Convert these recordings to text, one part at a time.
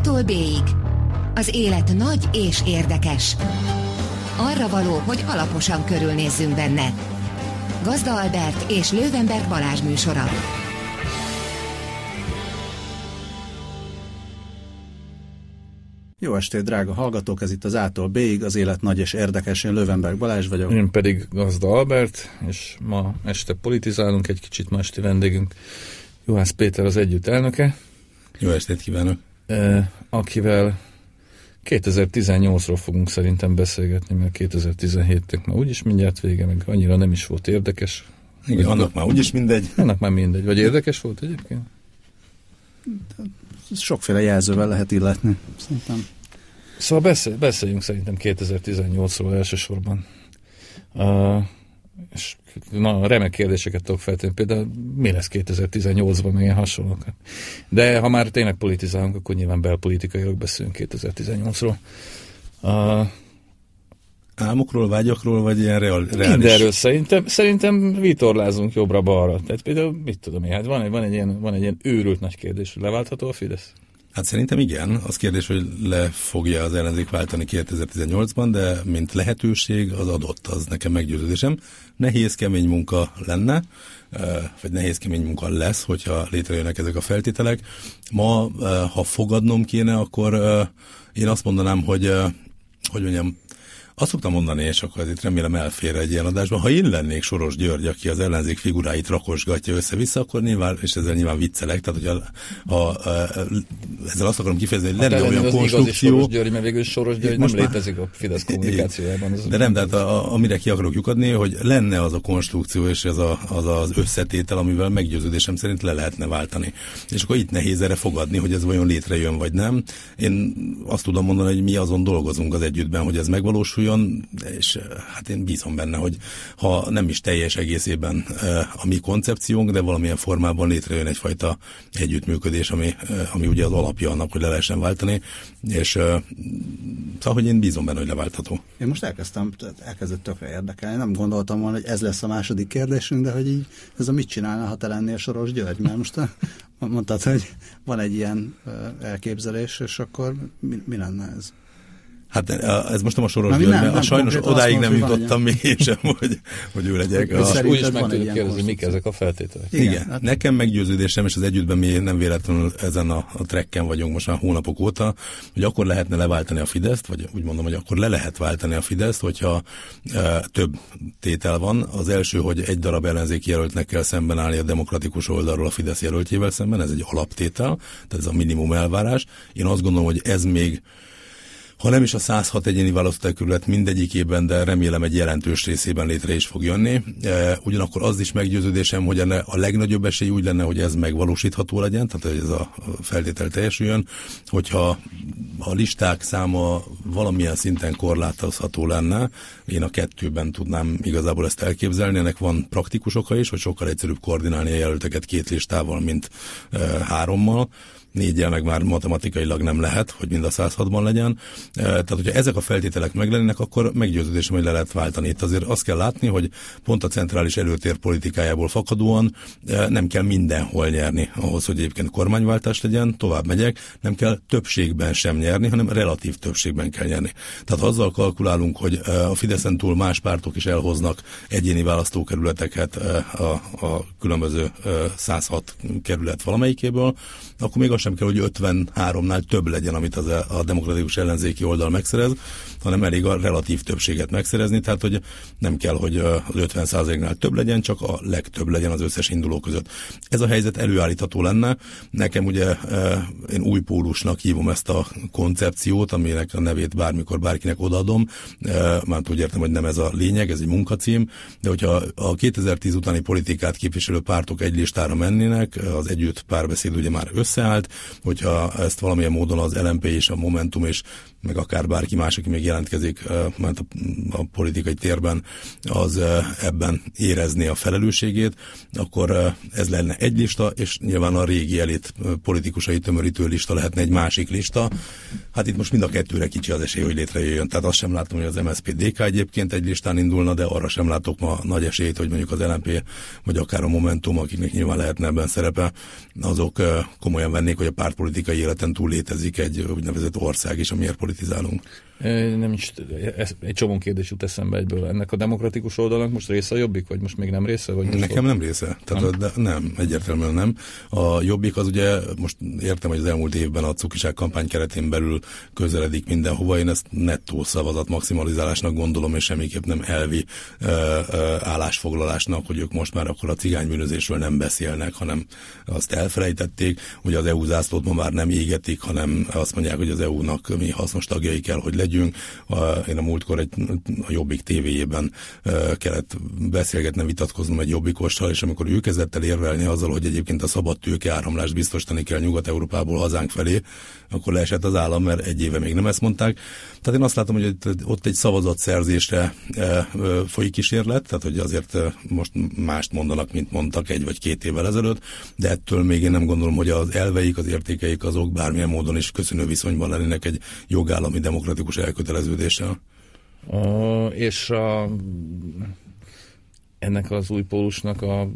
A-tól B-ig. Az élet nagy és érdekes. Arra való, hogy alaposan körülnézzünk benne. Gazda Albert és Löwenberg Balázs műsora. Jó estét, drága hallgatók! Ez itt az A-tól B-ig, az élet nagy és érdekes. Én Löwenberg Balázs vagyok. Én pedig Gazda Albert, és ma este politizálunk egy kicsit. Ma esti vendégünk Juhász Péter, az Együtt elnöke. Jó estét kívánok! Akivel 2018-ról fogunk szerintem beszélgetni, mert 2017-nek már úgyis mindjárt vége, meg annyira nem is volt érdekes. Igen, annak már úgyis mindegy. Annak már mindegy. Vagy érdekes volt egyébként? Sokféle jelzővel lehet illetni, szerintem. Szóval beszéljünk szerintem 2018-ról elsősorban. És remek kérdéseket tudok feltenni. Például mi lesz 2018-ban, meg ilyen hasonlókat. De ha már tényleg politizálunk, akkor nyilván belpolitikailag beszélünk 2018-ról. Álmokról, vágyakról, vagy ilyen reális? Mindenről szerintem vitorlázunk jobbra-balra. Tehát például, mit tudom én, hát van egy ilyen őrült nagy kérdés, hogy leváltható a Fidesz? Hát szerintem igen. Az kérdés, hogy le fogja az ellenzék váltani 2018-ban, de mint lehetőség az adott, az nekem meggyőződésem. Nehéz, kemény munka lenne, vagy nehéz, kemény munka lesz, hogyha létrejönnek ezek a feltételek. Ma, ha fogadnom kéne, akkor én azt mondanám, hogy mondjam, azt szoktam mondani, és akkor itt remélem elfér egy ilyen adásban, ha én lennék Soros György, aki az ellenzék figuráit rakosgatja össze-vissza, akkor nyilván, és ezzel nyilván viccelek, tehát hogy ezzel azt akarom kifejezni, hogy lenne olyan konstrukció. Soros György, mert végül Soros György nem létezik a Fidesz kommunikációjában. De nem, tehát amire ki akarok lyukadni, hogy lenne az a konstrukció és ez az összetétel, amivel meggyőződésem szerint le lehetne váltani. És akkor itt nehéz erre fogadni, hogy ez vajon létrejön vagy nem. Én azt tudom mondani, hogy mi azon dolgozunk az Együttben, hogy ez megvalósuljon, és hát én bízom benne, hogy ha nem is teljes egészében a mi koncepciónk, de valamilyen formában létrejön egyfajta együttműködés, ami ugye az alapja annak, hogy le lehessen váltani, és szóval, hogy én bízom benne, hogy leváltható. Én most elkezdett tökre érdekelni. Nem gondoltam volna, hogy ez lesz a második kérdésünk, de hogy így ez a mit csinálna, ha te lennél Soros György? Mert most mondtad, hogy van egy ilyen elképzelés, és akkor mi lenne ez? Hát ez most nem a Soros György, mert sajnos odáig nem jutottam még sem, hogy ő legyek. Úgy is meg tudjuk kérdezni, mik ezek a feltételek. Igen, hát nekem meggyőződésem, és az Együttben mi nem véletlenül ezen a trekken vagyunk most már hónapok óta, hogy akkor lehetne leváltani a Fideszt, vagy úgy mondom, hogy akkor le lehet váltani a Fideszt, hogyha több tétel van. Az első, hogy egy darab ellenzéki jelöltnek kell szemben állni a demokratikus oldalról a Fidesz jelöltjével szemben, ez egy alaptétel, tehát ez a minimum elvárás. Én azt gondolom, hogy ez még, ha nem is a 106 egyéni választókerület mindegyikében, de remélem egy jelentős részében létre is fog jönni. Ugyanakkor az is meggyőződésem, hogy a legnagyobb esély úgy lenne, hogy ez megvalósítható legyen, tehát hogy ez a feltétel teljesüljön, hogyha a listák száma valamilyen szinten korlátozható lenne, én a 2-ben tudnám igazából ezt elképzelni, ennek van praktikus oka is, hogy sokkal egyszerűbb koordinálni a jelölteket 2 listával, mint 3-mal. 4-jel meg már matematikailag nem lehet, hogy mind a 106-ban legyen. Tehát, hogyha ezek a feltételek meglennének, akkor meggyőződésem, hogy le lehet váltani. Itt azért azt kell látni, hogy pont a centrális előtér politikájából fakadóan nem kell mindenhol nyerni ahhoz, hogy egyébként kormányváltás legyen, tovább megyek, nem kell többségben sem nyerni, hanem relatív többségben kell nyerni. Tehát ha azzal kalkulálunk, hogy a Fideszen túl más pártok is elhoznak egyéni választókerületeket a különböző 106 kerület valamelyikéből, akkor még az sem kell, hogy 53-nál több legyen, amit a demokratikus ellenzéki oldal megszerez, hanem elég a relatív többséget megszerezni, tehát hogy nem kell, hogy az 50%-nál több legyen, csak a legtöbb legyen az összes induló között. Ez a helyzet előállítható lenne. Nekem ugye én új pólusnak hívom ezt a koncepciót, aminek a nevét bármikor bárkinek odaadom. Már úgy értem, hogy nem ez a lényeg, ez egy munkacím, de hogyha a 2010 utáni politikát képviselő pártok egy listára mennének, az Együtt Párbeszéd ugye már összeállt, hogyha ezt valamilyen módon az LMP és a Momentum és meg akár bárki más, aki még jelentkezik mert a politikai térben, az ebben érezni a felelősségét, akkor ez lenne egy lista, és nyilván a régi elit politikusai tömörítő lista lehetne egy másik lista. Hát itt most mind a kettőre kicsi az esély, hogy létrejöjjön. Tehát azt sem látom, hogy az MSZP-DK egyébként egy listán indulna, de arra sem látok ma nagy esélyt, hogy mondjuk az LMP, vagy akár a Momentum, akiknek nyilván lehetne ebben szerepe, azok komolyan vennék, hogy hogy a pártpolitikai életen túl létezik egy úgynevezett ország is, amiért politizálunk. Nem is, egy csomó kérdés jut eszembe egyből. Ennek a demokratikus oldalnak most része a Jobbik, vagy most még nem része? Vagy Nekem nem része. Tehát nem, egyértelműen nem. A Jobbik az ugye, most értem, hogy az elmúlt évben a cukiság kampány keretén belül közeledik mindenhova. Én ezt nettó szavazat maximalizálásnak gondolom, és semmiképp nem elvi állásfoglalásnak, hogy ők most már akkor a cigánybűnözésről nem beszélnek, hanem azt elfelejtették, hogy az EU zászlót ma már nem égetik, hanem azt mondják, hogy az EU-nak mi hasznos tagjai kell, hogy legyünk. Én a múltkor a Jobbik tévéjében kellett beszélgetnem, vitatkoznom egy jobbikossal, és amikor ő kezdett el érvelni azzal, hogy egyébként a szabad tőkeáramlást biztosítani kell Nyugat-Európából hazánk felé, akkor leesett az állam, mert egy éve még nem ezt mondták. Tehát én azt látom, hogy ott egy szavazatszerzésre folyik kísérlet, tehát hogy azért most mást mondanak, mint mondtak 1 vagy 2 évvel ezelőtt, de ettől még én nem gondolom, hogy az elveik, az értékeik azok bármilyen módon is köszönő viszonyban lennének egy jogállami demokratikus elköteleződéssel. És ennek az új pólusnak a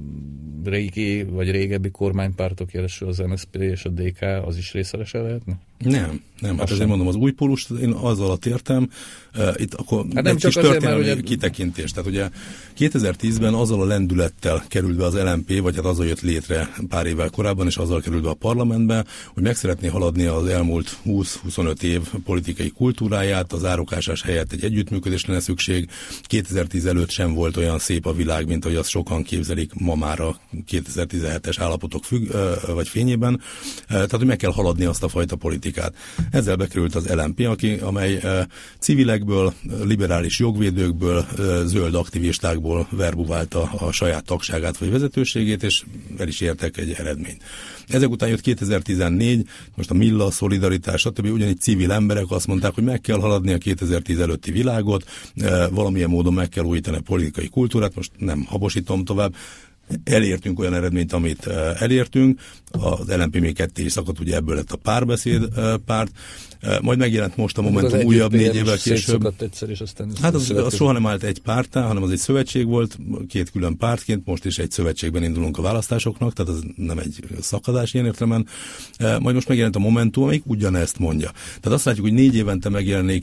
régi vagy régebbi kormánypártok, jelesül az MSZP és a DK, az is részerese lehetne? Nem. Hát ezért mondom, az új pólust én az alatt értem, itt akkor hát egy kis történelmi kitekintés. Tehát ugye 2010-ben azzal a lendülettel került be az LMP, vagy hát azzal jött létre pár évvel korábban, és azzal került be a parlamentbe, hogy meg szeretné haladni az elmúlt 20-25 év politikai kultúráját, az árokásás helyett egy együttműködésre lenne szükség. 2010 előtt sem volt olyan szép a világ, mint ahogy azt sokan képzelik ma már a 2017-es állapotok vagy fényében. Tehát, hogy meg kell haladni azt a fajta politikát. Ezzel bekerült az LMP, amely civilekből, liberális jogvédőkből, zöld aktivistákból verbuválta a saját tagságát vagy vezetőségét, és el is értek egy eredményt. Ezek után jött 2014, most a Milla, a Szolidaritás, stb. Ugyanígy civil emberek azt mondták, hogy meg kell haladni a 2010 előtti világot, valamilyen módon meg kell újítani a politikai kultúrát, most nem habosítom tovább. Elértünk olyan eredményt, amit elértünk, az LMP még ketté is szakadt, ugye ebből lett a Párbeszéd párt, majd megjelent most a Momentum újabb 4 évvel később. Egyszer, és aztán hát az soha nem állt egy párttá, hanem az egy szövetség volt, 2 külön pártként, most is egy szövetségben indulunk a választásoknak, tehát ez nem egy szakadás ilyen értelemben. Majd most megjelent a Momentum, amelyik ugyanezt mondja. Tehát azt látjuk, hogy 4 évente megjelenik,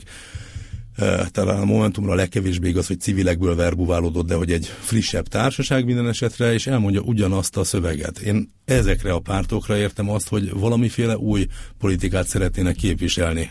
talán a Momentumra a legkevésbé igaz, hogy civilekből verbuválódott, de hogy egy frissebb társaság minden esetre, és elmondja ugyanazt a szöveget. Én ezekre a pártokra értem azt, hogy valamiféle új politikát szeretnének képviselni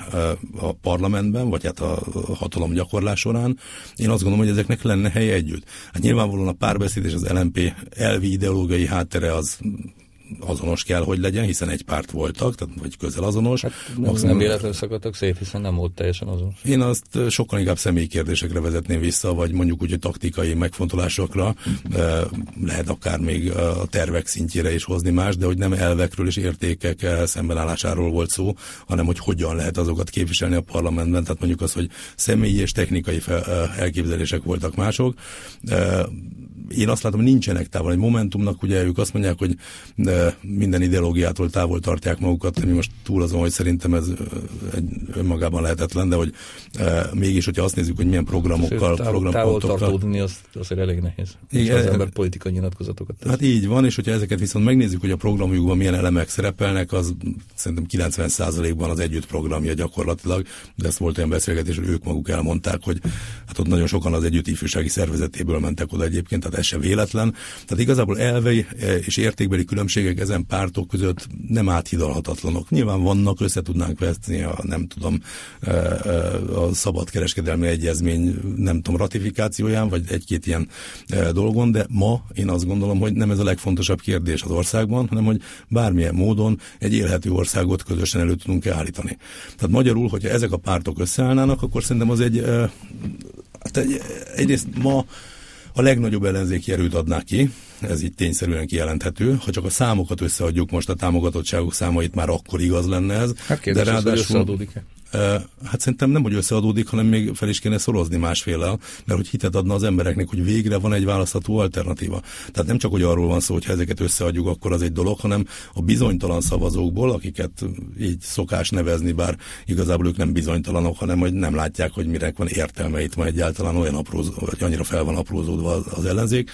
a parlamentben, vagy hát a hatalom gyakorlás során. Én azt gondolom, hogy ezeknek lenne helye együtt. Hát nyilvánvalóan a Párbeszéd és az LMP elvi ideológiai háttere az azonos kell, hogy legyen, hiszen egy párt voltak, tehát vagy közel azonos. Hát nem véletlenül szakadtak szét, hiszen nem volt teljesen azonos. Én azt sokkal inkább személyi kérdésekre vezetném vissza, vagy mondjuk úgy, hogy taktikai megfontolásokra, lehet akár még a tervek szintjére is hozni más, de hogy nem elvekről és értékek szembenállásáról volt szó, hanem hogy hogyan lehet azokat képviselni a parlamentben, tehát mondjuk az, hogy személyi és technikai elképzelések voltak mások. Én azt látom, hogy nincsenek távol. Egy Momentumnak ugye ők azt mondják, hogy minden ideológiától távol tartják magukat, mi most túl azon, hogy szerintem ez önmagában lehetetlen, de hogy mégis, hogyha azt nézzük, hogy milyen programokkal, távol tartódni, az azért elég nehéz. Igen, az ember politikai nyilatkozatokat tesz. Hát így van, és hogyha ezeket viszont megnézzük, hogy a programjukban milyen elemek szerepelnek, az szerintem 90%-ban az együtt programja gyakorlatilag, de ezt volt olyan beszélgetés, hogy ők maguk elmondták, hogy hát ott nagyon sokan az együtt ifjúsági szervezetéből mentek oda egyébként, tehát ez se véletlen. Tehát igazából elvei és értékbeli különbségek ezen pártok között nem áthidalhatatlanok. Nyilván vannak, össze tudnánk veszni a szabadkereskedelmi egyezmény, nem tudom, ratifikációján, vagy egy-két ilyen dolgon, de ma én azt gondolom, hogy nem ez a legfontosabb kérdés az országban, hanem hogy bármilyen módon egy élhető országot közösen elő tudunk állítani. Tehát magyarul, hogyha ezek a pártok összeállnának, akkor szerintem az egyrészt ma a legnagyobb ellenzéki erőt adná ki, ez így tényszerűen kijelenthető. Ha csak a számokat összeadjuk, most a támogatottságok számait, már akkor igaz lenne ez. Hát kérdés, de ráadásul összeadódik-e? Hát szerintem nem, hogy összeadódik, hanem még fel is kéne szorozni másféllel, mert hogy hitet adna az embereknek, hogy végre van egy választható alternatíva. Tehát nem csak, hogy arról van szó, hogy ha ezeket összeadjuk, akkor az egy dolog, hanem a bizonytalan szavazókból, akiket így szokás nevezni, bár igazából ők nem bizonytalanok, hanem hogy nem látják, hogy mire van értelme itt van egyáltalán olyan vagy annyira fel van aprózódva az ellenzék.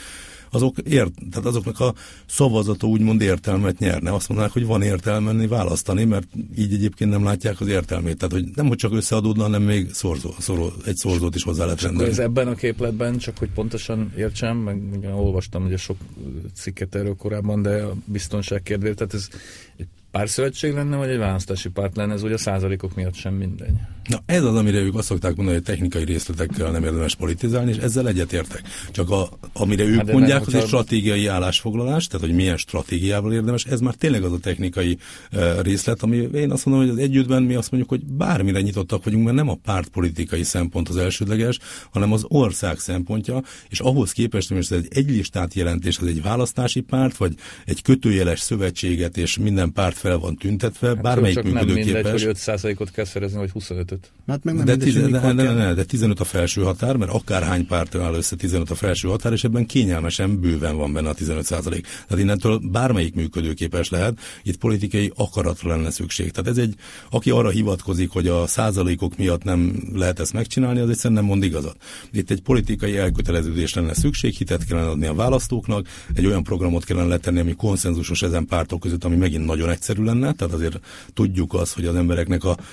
tehát azoknak a szavazata úgymond értelmet nyerne. Azt mondanák, hogy van értelme választani, mert így egyébként nem látják az értelmét. Tehát, hogy nem hogy csak összeadódna, hanem még egy szorzót is hozzá lehet rendelni. Ez ebben a képletben, csak hogy pontosan értsem, meg olvastam ugye sok cikket erről korábban, de a biztonság kérdés, tehát ez egy pártszövetség lenne, vagy egy választási párt lenne, ez ugye a százalékok miatt sem mindegy. Na ez az, amire ők azt szokták mondani, hogy technikai részletekkel nem érdemes politizálni, és ezzel egyetértek. Csak amire ők mondják, az egy stratégiai állásfoglalás, tehát hogy milyen stratégiával érdemes, ez már tényleg az a technikai részlet, ami én azt mondom, hogy az együttben mi azt mondjuk, hogy bármire nyitottak vagyunk, mert nem a pártpolitikai szempont az elsődleges, hanem az ország szempontja, és ahhoz képest, hogy ez egy egylistát jelentés, az egy választási párt, vagy egy kötőjeles szövetséget, és minden párt fel van tüntetve, hát bármelyik működőképes. Nem mindegy, hogy 5%-ot kell szerezni, vagy 25-öt. Hát meg nem de 15 a felső határ, mert akárhány párt áll össze 15 a felső határ, és ebben kényelmesen bőven van benne a 15%. Tehát innentől bármelyik működőképes lehet, itt politikai akaratra lenne szükség. Tehát ez aki arra hivatkozik, hogy a százalékok miatt nem lehet ezt megcsinálni, az egyszerűen nem mond igazat. Itt egy politikai elköteleződés lenne szükség, hitet kellene adni a választóknak, egy olyan programot kellene letenni, ami konszenzusos ezen pártok között, ami megint nagyon egyszerű lenne, tehát azért tudjuk azt, hogy az embereknek a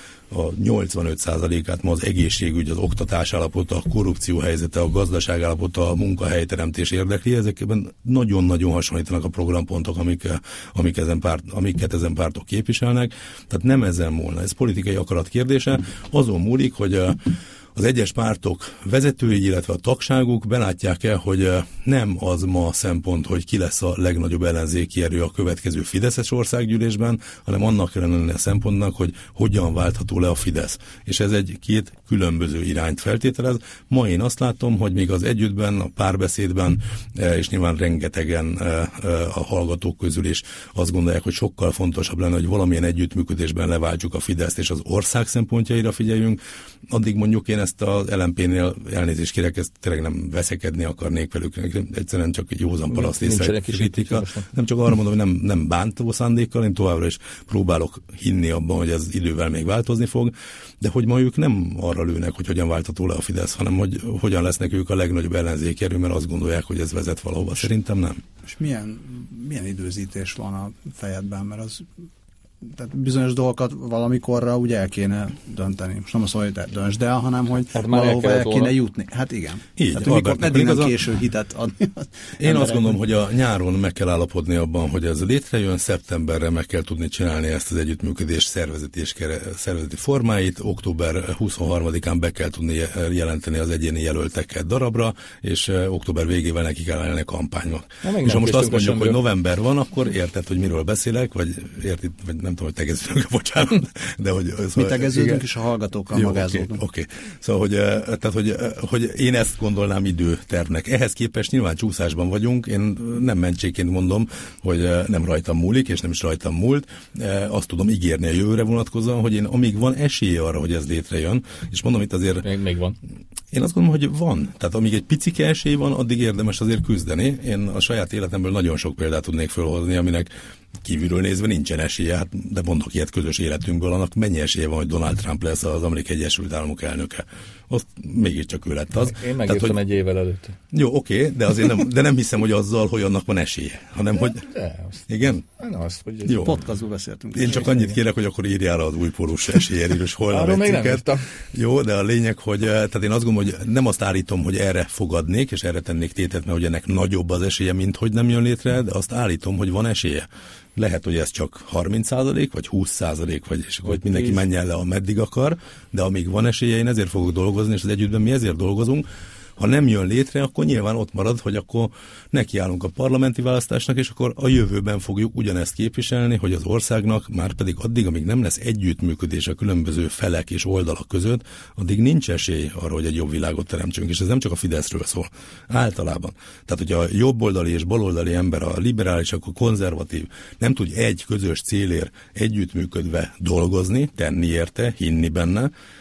85%-át ma az egészségügy, az oktatás állapota, a korrupció helyzete, a gazdaság állapota, a munkahelyteremtés érdekli. Ezekben nagyon-nagyon hasonlítanak a programpontok, amiket ezen pártok képviselnek. Tehát nem ezen múlna. Ez politikai akarat kérdése. Azon múlik, hogy az egyes pártok vezetői, illetve a tagságuk belátják el, hogy nem az ma a szempont, hogy ki lesz a legnagyobb ellenzéki erő a következő Fideszes országgyűlésben, hanem annak kellene lenni a szempontnak, hogy hogyan váltható le a Fidesz. És ez két különböző irányt feltételez. Ma én azt látom, hogy még az együttben, a párbeszédben, és nyilván rengetegen a hallgatók közül is azt gondolják, hogy sokkal fontosabb lenne, hogy valamilyen együttműködésben leváltsuk a Fideszt, és az ország szempontjaira figyeljünk. Addig mondjuk én ezt az LMP-nél elnézést kérek, ezt tényleg nem veszekedni akarnék velük, egyszerűen csak józan parasztészek kritika. Nem csak arra mondom, hogy nem bántó szándékkal, én továbbra is próbálok hinni abban, hogy ez idővel még változni fog, de hogy ma ők nem arra lőnek, hogy hogyan váltható le a Fidesz, hanem hogy hogyan lesznek ők a legnagyobb ellenzéki erő, mert azt gondolják, hogy ez vezet valahova. Szerintem nem. És milyen időzítés van a fejedben, mert az tehát bizonyos dolgokat valamikorra ugye el kéne dönteni. Most nem azt mondom, hogy te döntsd el, hanem hogy valahova el kéne jutni. Hát igen. Így, hát, Albert, eddig nem késő hitet adni. Én azt gondolom, hogy a nyáron meg kell állapodni abban, hogy ez létrejön, szeptemberre meg kell tudni csinálni ezt az együttműködés szervezeti formáit, október 23-án be kell tudni jelenteni az egyéni jelölteket darabra, és október végével neki kell állni a kampánynak. És ha most azt mondjuk, hogy november van, akkor érted, hogy miről beszélek, vagy érted, vagy nem tudom, hogy tegeződünk, bocsánat, de hogy... Szóval, mi tegeződünk, és a hallgatókkal magázódunk. Oké. Szóval, hogy én ezt gondolnám időtervnek. Ehhez képest nyilván csúszásban vagyunk, én nem mentségként mondom, hogy nem rajtam múlik, és nem is rajtam múlt. Azt tudom ígérni a jövőre vonatkozóan, hogy én amíg van esélye arra, hogy ez létrejön, és mondom itt azért... Még van. Én azt gondolom, hogy van. Tehát amíg egy picike esély van, addig érdemes azért küzdeni. Én a saját életemből nagyon sok példát tudnék felhozni, aminek kívülről nézve nincsen esélye, hát de mondok ilyet közös életünkből, annak mennyi esélye van, hogy Donald Trump lesz az Amerikai Egyesült Államok elnöke. Azt mégiscsak ő lett az. Én megírtam egy évvel előtt. Jó, oké, de azért nem hiszem, hogy azzal, hogy annak van esélye, hanem hogy... Igen? Hogy jó. Podcastból beszéltünk. Én csak annyit kérek, hogy akkor írjál az új pórus esélyerős holnap egy cikket. Jó, de a lényeg, hogy tehát én azt gondolom, hogy nem azt állítom, hogy erre fogadnék, és erre tennék tétet, mert hogy ennek nagyobb az esélye, mint hogy nem jön létre, de azt állítom, hogy van esélye. Lehet, hogy ez csak 30%, vagy 20%, vagy és akkor mindenki menjen le, ameddig akar, de amíg van esélye, én ezért fogok dolgozni, és az együttben mi ezért dolgozunk. Ha nem jön létre, akkor nyilván ott marad, hogy akkor nekiállunk a parlamenti választásnak, és akkor a jövőben fogjuk ugyanezt képviselni, hogy az országnak már pedig addig, amíg nem lesz együttműködés a különböző felek és oldalak között, addig nincs esély arra, hogy egy jobb világot teremtsünk. És ez nem csak a Fideszről szól. Általában. Tehát, hogy a jobboldali és baloldali ember, a liberális, akkor konzervatív nem tud egy közös célért együttműködve dolgozni, tenni érte, hinni benne,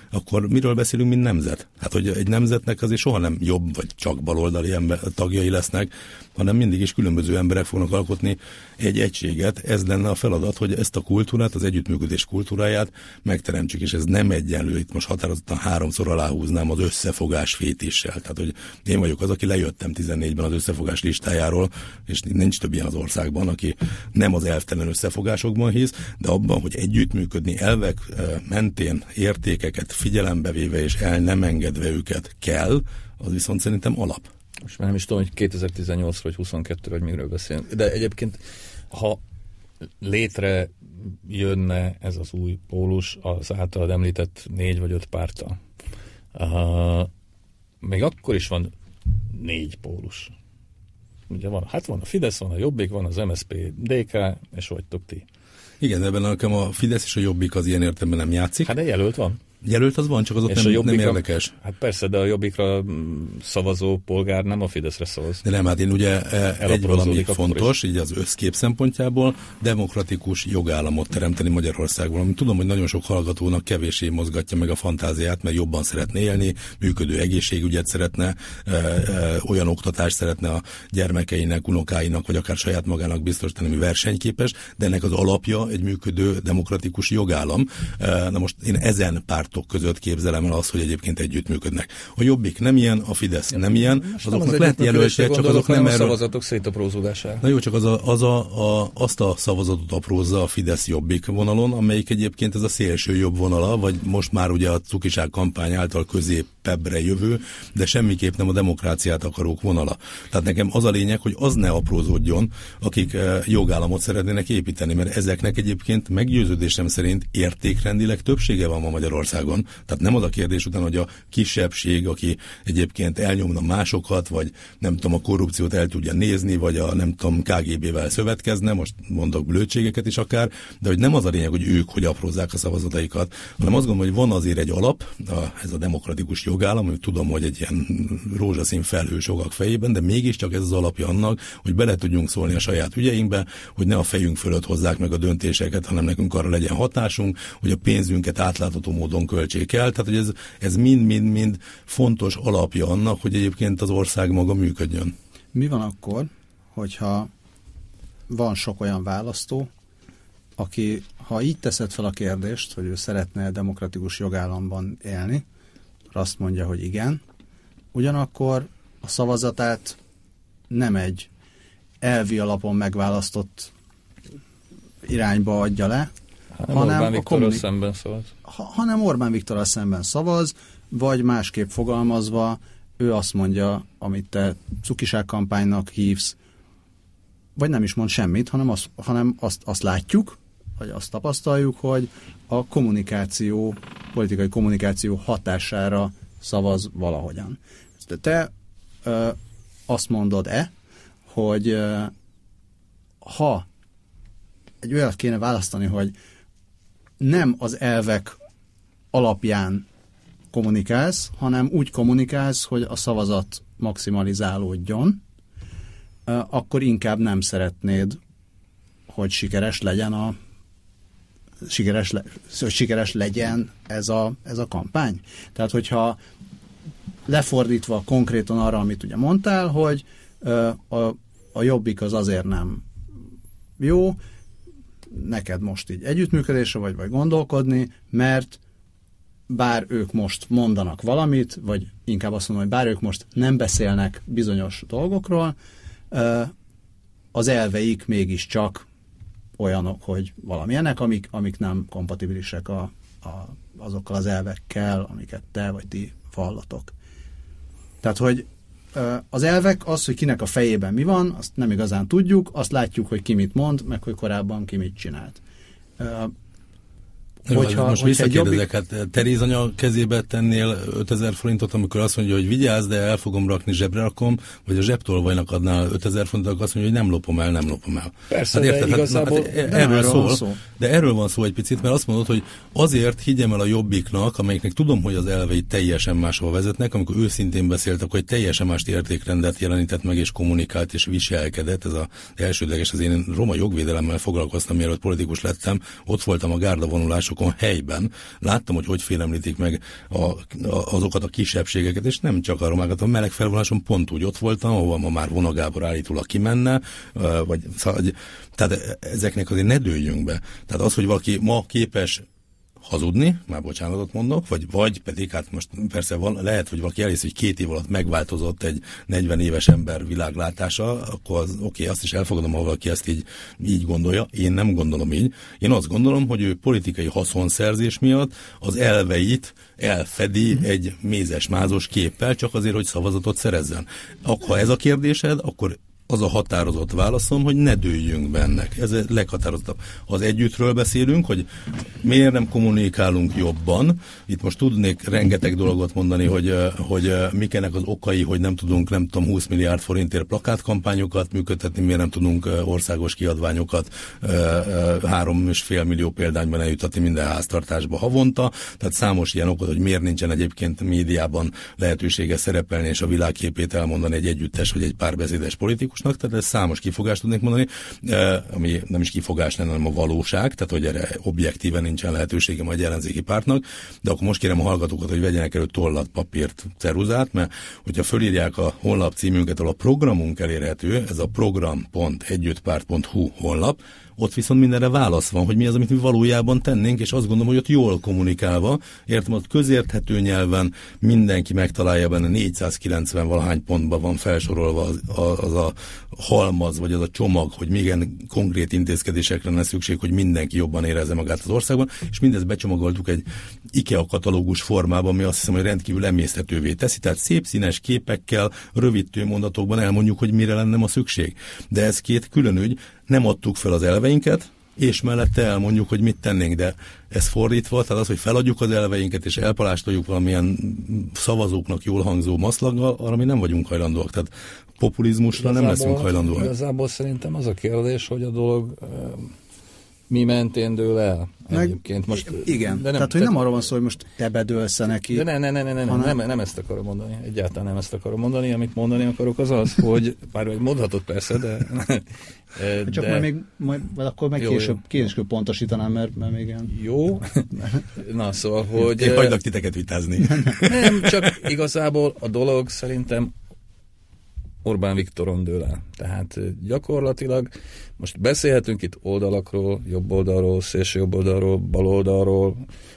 akkor miről beszélünk, mint nemzet? Hát, hogy egy nemzetnek azért soha nem jobb vagy csak baloldali tagjai lesznek, hanem mindig is különböző emberek fognak alkotni egy egységet. Ez lenne a feladat, hogy ezt a kultúrát, az együttműködés kultúráját megteremtsük, és ez nem egyenlő. Itt most határozottan 3-szor aláhúznám az összefogás fétissel. Tehát, hogy én vagyok az, aki lejöttem 14-ben az összefogás listájáról, és nincs több ilyen az országban, aki nem az elvtelen összefogásokban hisz, de abban, hogy együttműködni elvek mentén értékeket figyelembe véve és el nem engedve őket kell, az viszont szerintem alap. Most már nem is tudom, hogy 2018 vagy 22 vagy miről beszélünk. De egyébként, ha létre jönne ez az új pólus az általad említett 4 vagy 5 párttal, még akkor is van 4 pólus. Ugye van a Fidesz, van a Jobbik, van az MSZP, DK, és vagytok ti. Igen, ebben nekem a Fidesz és a Jobbik az ilyen értelemben nem játszik. Hát de jelölt van. Jelölt az van, csak azok nem érdekes. Hát persze, de a Jobbikra szavazó polgár nem a Fideszre szavaz. De nem, hát én ugye egy valami fontos, így az összkép szempontjából, demokratikus jogállamot teremteni Magyarországban. Ami tudom, hogy nagyon sok hallgatónak kevéssé mozgatja meg a fantáziát, mert jobban szeretne élni, működő egészségügyet szeretne, olyan oktatást szeretne a gyermekeinek, unokáinak, vagy akár saját magának biztosítani, ami versenyképes, de ennek az alapja egy működő demokratikus jogállam. Na most én ezen pártok között képzelem el azt, hogy egyébként együttműködnek. A Jobbik nem ilyen, a Fidesz nem ilyen, azoknak lehet jelöltje, csak azok nem erről... a szavazatok szétaprózódására. Na jó, csak azt a szavazatot aprózza a Fidesz-Jobbik vonalon, amelyik egyébként ez a szélső jobb vonala, vagy most már ugye a cukiság kampány által középebbre jövő, de semmiképp nem a demokráciát akarók vonala. Tehát nekem az a lényeg, hogy az ne aprózódjon, akik jogállamot szeretnének építeni, mert ezeknek egyébként meggyőződésem szerint értékrendileg többsége van ma Magyarországon. Tehát nem az a kérdés után, hogy a kisebbség, aki egyébként elnyomna másokat, vagy nem tudom, a korrupciót el tudja nézni, vagy a nem tudom, KGB-vel szövetkezne, most mondok blödségeket is akár, de hogy nem az a lényeg, hogy ők hogy aprózzák a szavazataikat, hanem azt gondolom, hogy van azért egy alap, ez a demokratikus jogállam, hogy tudom, hogy egy ilyen rózsaszín felhő sogak fejében, de mégiscsak ez az alapja annak, hogy bele tudjunk szólni a saját ügyeinkbe, hogy ne a fejünk fölött hozzák meg a döntéseket, hanem nekünk arra legyen hatásunk, hogy a pénzünket átlátható módon költsék el. Tehát, hogy ez mind fontos alapja annak, hogy egyébként az ország maga működjön. Mi van akkor, hogyha van sok olyan választó, aki, ha így teszed fel a kérdést, hogy ő szeretne demokratikus jogállamban élni, azt mondja, hogy igen, ugyanakkor a szavazatát nem egy elvi alapon megválasztott irányba adja le, hanem Orbán Viktorral szemben szavaz, vagy másképp fogalmazva, ő azt mondja, amit te cukiságkampánynak hívsz, vagy nem is mond semmit, hanem azt látjuk, vagy azt tapasztaljuk, hogy a kommunikáció, politikai kommunikáció hatására szavaz valahogyan. Te azt mondod-e, hogy ha egy olyat kéne választani, hogy nem az elvek alapján kommunikálsz, hanem úgy kommunikálsz, hogy a szavazat maximalizálódjon, akkor inkább nem szeretnéd, hogy sikeres legyen ez a kampány. Tehát, hogyha lefordítva konkrétan arra, amit ugye mondtál, hogy a Jobbik az azért nem jó, neked most így együttműködésre vagy gondolkodni, mert bár ők most mondanak valamit, vagy inkább azt mondom, hogy bár ők most nem beszélnek bizonyos dolgokról, az elveik mégiscsak olyanok, hogy valamilyenek, amik nem kompatibilisek azokkal az elvekkel, amiket te vagy ti vallatok. Tehát, hogy az elvek az, hogy kinek a fejében mi van, azt nem igazán tudjuk, azt látjuk, hogy ki mit mond, meg hogy korábban ki mit csinált. Most visszakérdezek, hát Teréz anya kezébe tennél 5000 forintot, amikor azt mondja, hogy vigyázz, de el fogom rakni, zsebre rakom, vagy a zsebtolvajnak adnál 5000 forintot, akkor azt mondja, hogy nem lopom el. Persze, hát érted, de igazából erről szól. De erről van szó egy picit, mert azt mondod, hogy azért higgyem el a Jobbiknak, amelyiknek tudom, hogy az elvei teljesen máshova vezetnek, amikor őszintén beszéltek, hogy teljesen más értékrendet jelenített meg, és kommunikált, és viselkedett. Ez az elsődleges, az én roma jogvédelemmel foglalkoztam, mielőtt politikus lettem, ott voltam a gárdavonulások választásokon helyben láttam, hogy félemlítik meg azokat a kisebbségeket, és nem csak a romákat, a meleg felvonáson pont úgy ott voltam, ahol ma már Vona Gábor állítólag kimenne, tehát ezeknek azért ne dőljünk be. Tehát az, hogy valaki ma képes hazudni, már bocsánatot mondok, vagy pedig, hát most persze lehet, hogy valaki elhisz, hogy 2 év alatt megváltozott egy 40 éves ember világlátása, akkor az oké, azt is elfogadom, ha valaki ezt így gondolja. Én nem gondolom így. Én azt gondolom, hogy ő politikai haszonszerzés miatt az elveit elfedi egy mézes-mázos képpel, csak azért, hogy szavazatot szerezzen. Ha ez a kérdésed, akkor az a határozott válaszom, hogy ne dőljünk be ennek. Ez a leghatározottabb. Ha az együttről beszélünk, hogy miért nem kommunikálunk jobban, itt most tudnék rengeteg dolgot mondani, hogy mik ennek az okai, hogy nem tudunk, 20 milliárd forintért plakátkampányokat működtetni, miért nem tudunk országos kiadványokat 3,5 millió példányban eljutatni minden háztartásba havonta. Tehát számos ilyen okot, hogy miért nincsen egyébként médiában lehetősége szerepelni és a világképét elmondani egy együttes vagy egy párbeszédes politikus. Tehát ez számos kifogást tudnék mondani, ami nem is kifogás lenne, hanem a valóság, tehát hogy erre objektíven nincsen lehetősége majd ellenzéki pártnak, de akkor most kérem a hallgatókat, hogy vegyenek elő tollat, papírt, ceruzát, mert hogyha fölírják a honlap címünket, ahol a programunk elérhető, ez a program.együttpárt.hu honlap, ott viszont mindenre válasz van, hogy mi az, amit mi valójában tennénk, és azt gondolom, hogy ott jól kommunikálva, értem, ott közérthető nyelven mindenki megtalálja benne, 490 valahány pontban van felsorolva az a halmaz, vagy az a csomag, hogy milyen konkrét intézkedésekre lenne szükség, hogy mindenki jobban érezze magát az országban, és mindezt becsomagoltuk egy IKEA katalógus formában, ami azt hiszem, hogy rendkívül emészthetővé teszi, tehát szép színes képekkel, rövid tőmondatokban elmondjuk, hogy mire lenne ma szükség. De ez 2 külön ügy, nem adtuk fel az elveinket, és mellette elmondjuk, hogy mit tennénk, de ez fordítva, tehát az, hogy feladjuk az elveinket, és elpalástoljuk valamilyen szavazóknak jól hangzó maszlaggal, arra mi nem vagyunk hajlandóak, tehát populizmusra nem leszünk hajlandóak. Igazából szerintem az a kérdés, hogy a dolog mi mentén dől el egyébként. Most, igen, de nem, tehát hogy nem arról van szó, hogy most te bedőlsz neki. De nem ezt akarom mondani. Egyáltalán nem ezt akarom mondani. Amit mondani akarok az, hogy bár mondhatod persze, de... Csak majd akkor meg később pontosítanám, mert még ilyen... Jó. Na, szóval, hogy... Én hagylak titeket vitázni. Nem, csak igazából a dolog szerintem Orbán Viktoron dől el. Tehát gyakorlatilag most beszélhetünk itt oldalakról, jobb oldalról, szélső jobb oldalról, bal oldalról,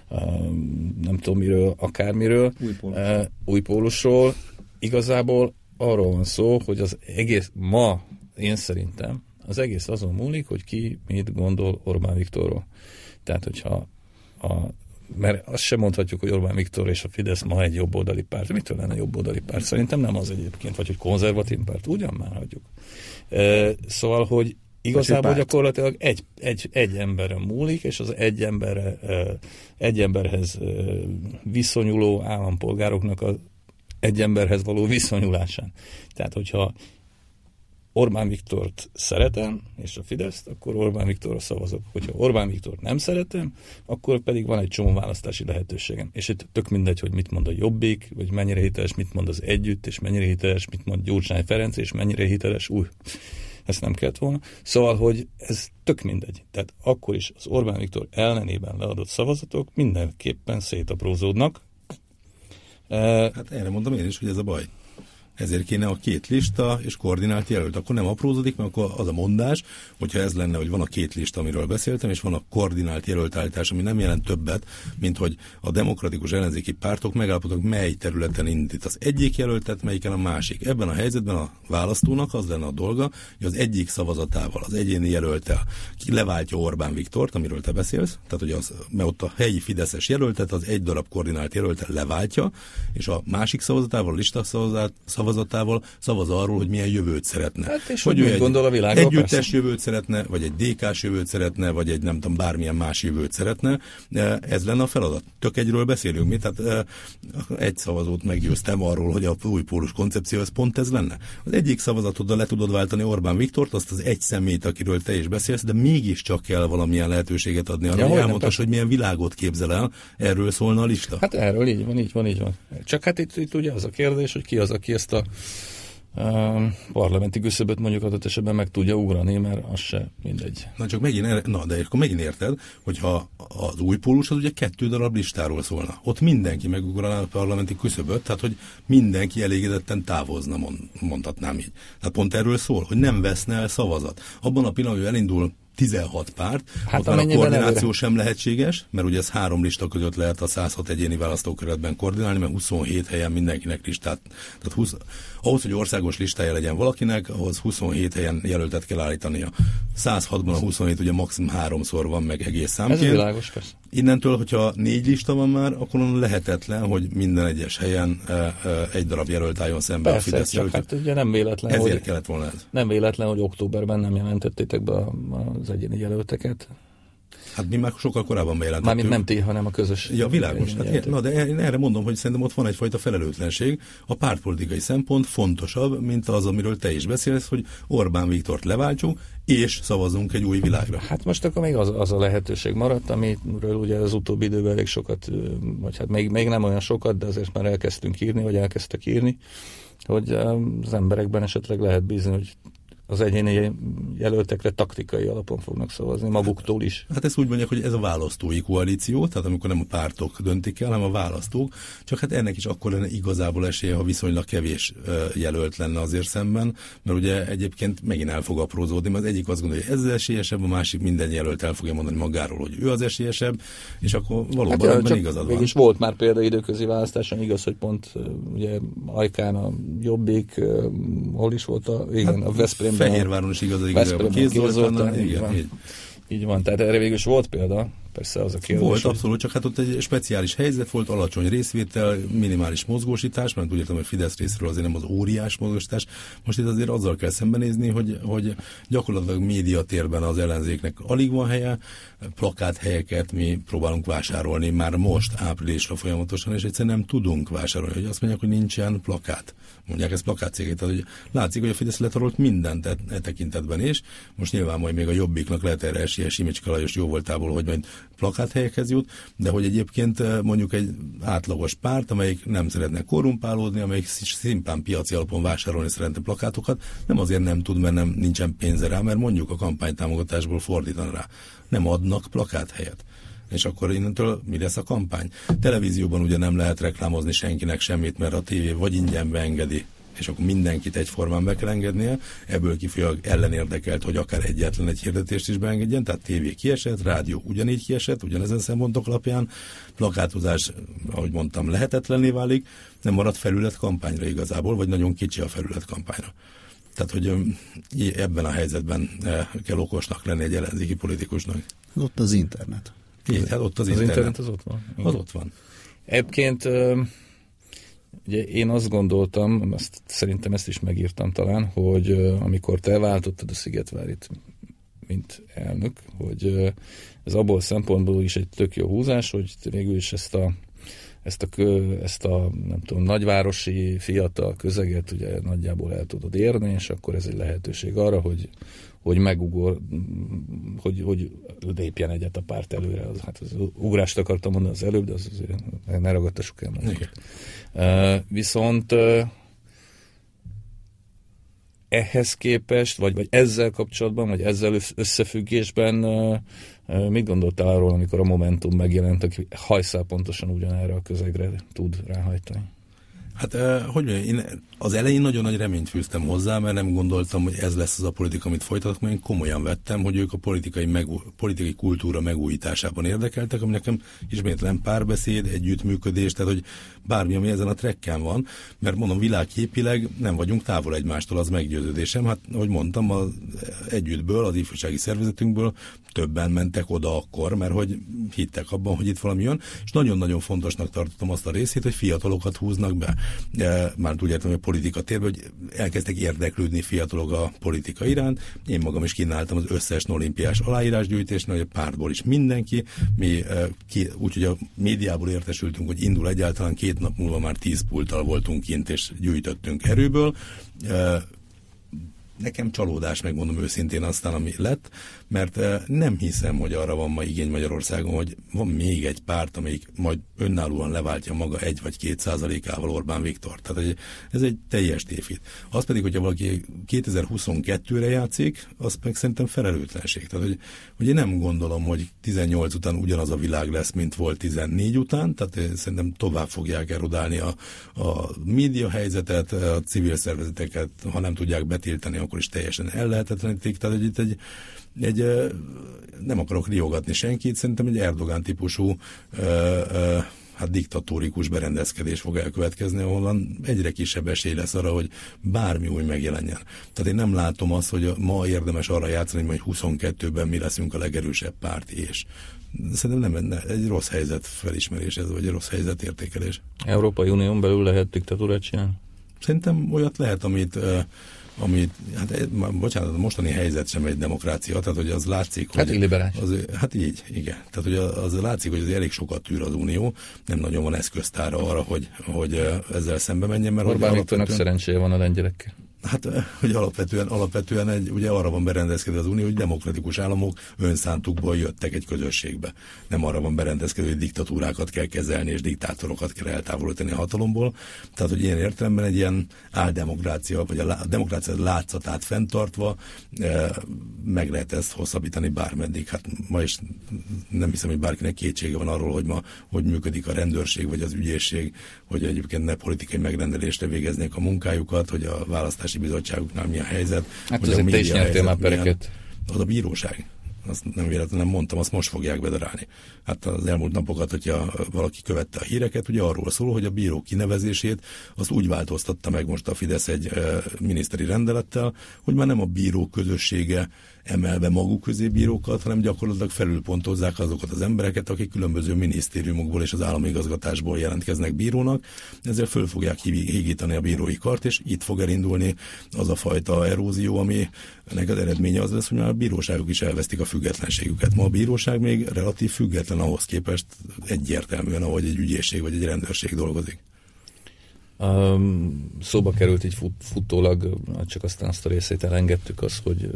nem tudom miről, akármiről, új pólusról. Igazából arról van szó, hogy az egész ma, én szerintem, az egész azon múlik, hogy ki mit gondol Orbán Viktorról. Tehát, hogyha mert azt sem mondhatjuk, hogy Orbán Viktor és a Fidesz ma egy jobboldali párt. Mitől lenne jobboldali párt? Szerintem nem az egyébként, vagy hogy konzervatív párt. Ugyan már hagyjuk. Szóval, hogy igazából gyakorlatilag egy emberen múlik, és az egy emberhez viszonyuló állampolgároknak az egy emberhez való viszonyulásán. Tehát, hogyha Orbán Viktort szeretem, és a Fideszt, akkor Orbán Viktorra szavazok. Hogyha Orbán Viktort nem szeretem, akkor pedig van egy csomó választási lehetőségem. És itt tök mindegy, hogy mit mond a Jobbik, vagy mennyire hiteles, mit mond az Együtt, és mennyire hiteles, mit mond Gyurcsány Ferenc, és mennyire hiteles, ezt nem kellett volna. Szóval, hogy ez tök mindegy. Tehát akkor is az Orbán Viktor ellenében leadott szavazatok mindenképpen szétaprózódnak. Hát erre mondom én is, hogy ez a baj. Ezért kéne a 2 lista és koordinált jelölt. Akkor nem aprózódik, mert akkor az a mondás, hogyha ez lenne, hogy van a 2 lista, amiről beszéltem, és van a koordinált jelöltállítás, ami nem jelent többet, mint hogy a demokratikus ellenzéki pártok megállapodnak, mely területen indít az egyik jelöltet, melyiken a másik. Ebben a helyzetben a választónak az lenne a dolga, hogy az egyik szavazatával, az egyéni jelöltel ki leváltja Orbán Viktort, amiről te beszélsz, tehát hogy mert ott a helyi fideszes jelöltet az egy darab koordinált jelöltet leváltja, és a másik szavazatával, a lista szavazatával szavaz arról, hogy milyen jövőt szeretne. Hát és hogy mit gondol a világról, együttes persze. jövőt szeretne, vagy egy DK-s jövőt szeretne, vagy egy nem tudom, bármilyen más jövőt szeretne. Ez lenne a feladat. Tök egyről beszélünk mi, tehát egy szavazót meggyőztem arról, hogy a új pólus koncepció, ez pont ez lenne. Az egyik szavazatoddal le tudod váltani Orbán Viktort, azt az egy személyt, akiről te is beszélsz, de mégiscsak kell valamilyen lehetőséget adni arra, hogy elmondhass, hogy milyen világot képzel el, erről szólna a lista. Hát erről így van. Csak hát itt ugye az a kérdés, hogy ki az, aki ezt a parlamenti küszöböt mondjuk adott esetben meg tudja ugrani, mert az se mindegy. De akkor megint érted, hogyha az új pólus az ugye 2 darab listáról szólna. Ott mindenki megugraná a parlamenti küszöböt, tehát hogy mindenki elégedetten távozna, mondhatnám így. Tehát pont erről szól, hogy nem veszne el szavazat. Abban a pillanatban, hogy elindul 16 párt, ott már a koordináció sem lehetséges, mert ugye ez 3 lista között lehet a 106 egyéni választókerületben koordinálni, mert 27 helyen mindenkinek listát. Tehát ahhoz, hogy országos listája legyen valakinek, ahhoz 27 helyen jelöltet kell állítania. 106-ban a 27 ugye maximum 3-szor van meg egész számként. Ez világos, persze. Innentől, hogyha 4 lista van már, akkor lehetetlen, hogy minden egyes helyen egy darab jelölt álljon szembe a Fidesz jelölt. Hát ugye nem véletlen, ezért kellett volna ez. Nem véletlen, hogy októberben nem jelentettétek be az egyéni jelölteket. Hát mi már sokkal korábban bejelentettük. Mármint nem ti, hanem a közös. Ja, világos. Hát de én erre mondom, hogy szerintem ott van egyfajta felelőtlenség. A pártpolitikai szempont fontosabb, mint az, amiről te is beszélsz, hogy Orbán Viktort leváltsuk, és szavazunk egy új világra. Hát most akkor még az a lehetőség maradt, amiről ugye az utóbbi időben elég sokat, vagy hát még nem olyan sokat, de azért már elkezdtünk írni, vagy elkezdtek írni, hogy az emberekben esetleg lehet bízni, hogy az egyéni jelöltekre taktikai alapon fognak szavazni, maguktól is. Hát ezt úgy mondják, hogy ez a választói koalíció, tehát amikor nem a pártok döntik el, hanem a választók, csak hát ennek is akkor lenne igazából esélye, ha viszonylag kevés jelölt lenne azért szemben, mert ugye egyébként megint el fog aprózódni, mert az egyik azt gondolja, hogy ez az esélyesebb, a másik minden jelölt el fogja mondani magáról, hogy ő az esélyesebb, és akkor valóban hát ebben igazad van. Mégis volt már példa időközi választáson, igaz, hogy pont ugye Ajkán a Jobbik, hol is volt a Veszprém Fehérváron is igazából Kézzoltánnal. Így van, tehát erre végül is volt példa, persze az a kérdés. Volt, abszolút, csak hát ott egy speciális helyzet volt, alacsony részvétel, minimális mozgósítás, mert úgy értem, hogy Fidesz részről azért nem az óriás mozgósítás. Most itt azért azzal kell szembenézni, hogy gyakorlatilag médiatérben az ellenzéknek alig van helye, plakáthelyeket mi próbálunk vásárolni már most áprilisra folyamatosan, és egyszerűen nem tudunk vásárolni, hogy azt mondják, hogy nincsen plakát. Mondják ezt plakátcégét, tehát hogy látszik, hogy a Fidesz letarolt mindent e tekintetben is. Most nyilván majd még a Jobbiknak lehet erre esélye Simicska Lajos jóvoltából, hogy majd plakáthelyekhez jut, de hogy egyébként mondjuk egy átlagos párt, amelyik nem szeretne korrumpálódni, amelyik szimplán piaci alapon vásárolni szeretne plakátokat, nem azért nem tud, mert nincsen pénze rá, mert mondjuk a kampánytámogatásból fordítan rá. Nem adnak plakáthelyet. És akkor innentől mi lesz a kampány? Televízióban ugye nem lehet reklámozni senkinek semmit, mert a tévé vagy ingyen beengedi, és akkor mindenkit egyformán be kell engednie, ebből kifolyólag ellenérdekelt, hogy akár egyetlen egy hirdetést is beengedjen, tehát tévé kiesett, rádió ugyanígy kiesett, ugyanezen szempontok alapján, plakátozás, ahogy mondtam, lehetetlenné válik, nem marad felület kampányra igazából, vagy nagyon kicsi a felület kampányra. Tehát, hogy ebben a helyzetben kell okosnak lenni egy ellenzéki politikusnak. Ott az internet. Így, hát ott az internet az ott van. Az ott van. Egyébként ugye én azt gondoltam, szerintem ezt is megírtam talán, hogy amikor te váltottad a Szigetvárit, mint elnök, hogy ez abból szempontból is egy tök jó húzás, hogy végül is ezt a nem tudom, nagyvárosi fiatal közeget ugye nagyjából el tudod érni, és akkor ez egy lehetőség arra, hogy megugor, hogy lépjen egyet a párt előre. Az ugrást akartam mondani az előbb, de az azért ne ragadtassuk el magunkat. Viszont ehhez képest, vagy ezzel kapcsolatban, vagy ezzel összefüggésben mit gondoltál arról, amikor a Momentum megjelent, aki hajszál pontosan ugyanerre a közegre tud ráhajtani? Hát, hogy mondjam, én az elején nagyon nagy reményt fűztem hozzá, mert nem gondoltam, hogy ez lesz az a politika, amit folytatok, mert én komolyan vettem, hogy ők a politikai kultúra megújításában érdekeltek, ami nekem ismétlen párbeszéd, együttműködés, tehát hogy bármi, ami ezen a trekken van, mert mondom, világképileg nem vagyunk távol egymástól, az meggyőződésem. Hát, ahogy mondtam, az együttből, az ifjúsági szervezetünkből többen mentek oda akkor, mert hogy hittek abban, hogy itt valami jön, és nagyon-nagyon fontosnak tartottam azt a részét, hogy fiatalokat húznak be. Már úgy értem, hogy a politika térben, hogy elkezdtek érdeklődni fiatalok a politika iránt. Én magam is kínáltam az összes olimpiás aláírásgyűjtésnél, hogy a pártból is mindenki. Mi úgyhogy a médiából értesültünk, hogy indul egyáltalán, 2 nap múlva már 10 pulttal voltunk kint, és gyűjtöttünk erőből. nekem csalódás, megmondom őszintén aztán, ami lett, mert nem hiszem, hogy arra van ma igény Magyarországon, hogy van még egy párt, amelyik majd önállóan leváltja maga 1 vagy 2%-ával Orbán Viktor. Tehát ez egy teljes tévhit. Az pedig, hogyha valaki 2022-re játszik, az meg szerintem felelőtlenség. Tehát, hogy én nem gondolom, hogy 18 után ugyanaz a világ lesz, mint volt 14 után, tehát szerintem tovább fogják erodálni a média helyzetet, a civil szervezeteket, ha nem tudják betiltani, akkor is teljesen ellehetetlenítik. Tehát itt egy nem akarok riogatni senkit, szerintem egy Erdogán típusú diktatórikus berendezkedés fog elkövetkezni, ahol egyre kisebb esély lesz arra, hogy bármi új megjelenjen. Tehát én nem látom azt, hogy ma érdemes arra játszani, hogy 22-ben mi leszünk a legerősebb párt, és szerintem nem egy rossz helyzet felismerés ez, vagy egy rossz helyzet értékelés. Európai Unión belül lehet diktatúrát csinálni? Szerintem olyat lehet, amit bocsánat, a mostani helyzet sem egy demokrácia, tehát hogy az látszik, hogy... Hát illiberális. Hát így, igen. Tehát hogy az látszik, hogy az elég sokat tűr az Unió, nem nagyon van eszköztára arra, hogy ezzel szembe menjen, mert... Orbán Viktornak szerencséje van a lengyelekkel. Hát, hogy alapvetően ugye arra van berendezkedve az Unió, hogy demokratikus államok önszántukból jöttek egy közösségbe. Nem arra van berendezkedve, hogy diktatúrákat kell kezelni, és diktátorokat kell eltávolítani a hatalomból. Tehát, hogy ilyen értelemben egy ilyen áldemokrácia, vagy a demokrácia látszatát fenntartva meg lehet ezt hosszabbítani bármeddig. Hát ma is nem hiszem, hogy bárkinek kétsége van arról, hogy ma hogy működik a rendőrség, vagy az ügyészség, hogy egyébként ne politikai megrendelésre végeznék a munkájukat, hogy a választási bizottságoknál mi a helyzet. Hát azért te is nyertél már pereket. Az a bíróság. Azt nem véletlenül nem mondtam, azt most fogják bedarálni. Hát az elmúlt napokat, hogyha valaki követte a híreket, ugye arról szól, hogy a bíró kinevezését azt úgy változtatta meg most a Fidesz egy miniszteri rendelettel, hogy már nem a bíró közössége emel be maguk közé bírókat, hanem gyakorlatilag felülpontozzák azokat az embereket, akik különböző minisztériumokból és az állami igazgatásból jelentkeznek bírónak. Ezzel föl fogják hígítani a bírói kart, és itt fog elindulni az a fajta erózió, ami ennek az eredménye az lesz, hogy már a bíróságok is elvesztik a függetlenségüket. Ma a bíróság még relatív független ahhoz képest egyértelműen, ahogy egy ügyészség vagy egy rendőrség dolgozik. Szóba került így futólag, csak aztán azt a részét elengedtük, azt, hogy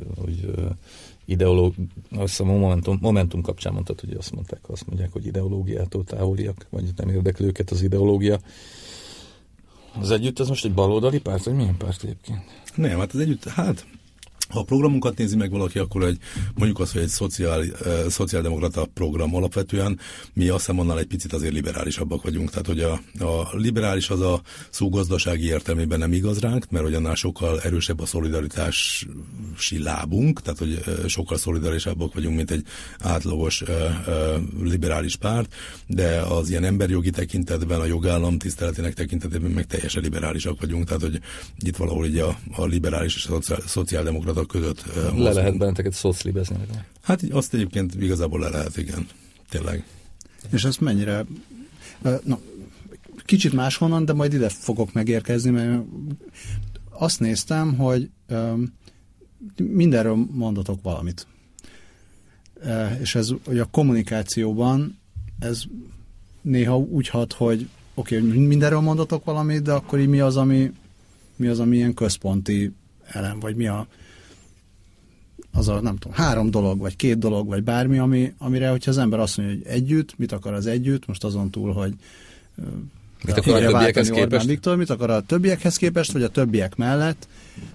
azt a Momentum kapcsán mondtad, hogy azt mondják, hogy ideológiától távoliak, vagy nem érdekli őket az ideológia. Az Együtt az most egy baloldali párt, vagy milyen párt egyébként? Nem, hát az Együtt, ha a programunkat nézi meg valaki, akkor mondjuk azt, hogy egy szociáldemokrata program alapvetően, mi azt hiszem annál egy picit azért liberálisabbak vagyunk. Tehát, hogy a liberális az a szó gazdasági értelmében nem igaz ránk, mert hogy annál sokkal erősebb a szolidaritási lábunk, tehát, hogy sokkal szolidárisabbak vagyunk, mint egy átlagos liberális párt, de az ilyen emberjogi tekintetben, a jogállam tiszteletének tekintetében meg teljesen liberálisak vagyunk, tehát, hogy itt valahol így a liberális és a szociáldemokrata között le lehet benneteket szoclibezni. Hát azt egyébként igazából le lehet, igen. Tényleg. És ezt mennyire... kicsit máshonnan, de majd ide fogok megérkezni, mert azt néztem, hogy mindenről mondatok valamit. És ez hogy a kommunikációban ez néha úgy hat, hogy oké, mindenről mondatok valamit, de akkor így mi az, ami ilyen központi elem, vagy mi az a, nem tudom, 3 dolog, vagy 2 dolog, vagy bármi, amire, hogyha az ember azt mondja, hogy együtt, mit akar az együtt, most azon túl, hogy mit akar a többiekhez képest? Viktor, mit akar a többiekhez képest, vagy a többiek mellett.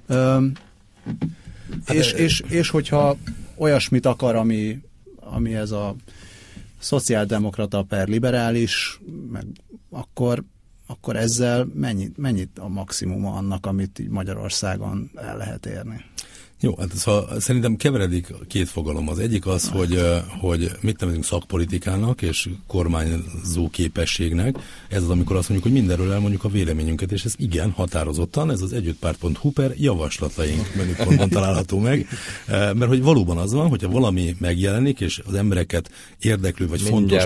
És hogyha olyasmit akar, ami ez a szociáldemokrata per liberális, meg akkor ezzel mennyit a maximuma annak, amit így Magyarországon el lehet érni? Jó, hát szerintem keveredik 2 fogalom. Az egyik az, hogy mit nevezünk szakpolitikának és kormányzó képességnek. Ez az, amikor azt mondjuk, hogy mindenről elmondjuk a véleményünket, és ez igen, határozottan, ez az együttpárt.hu per javaslataink menüpontban található meg. Mert hogy valóban az van, hogyha valami megjelenik, és az embereket érdeklő vagy fontos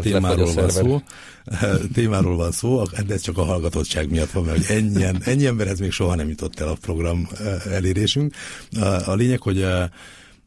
témáról van szó, de ez csak a hallgatottság miatt van, mert ennyi emberhez még soha nem jutott el a program elérésünk. A lényeg, hogy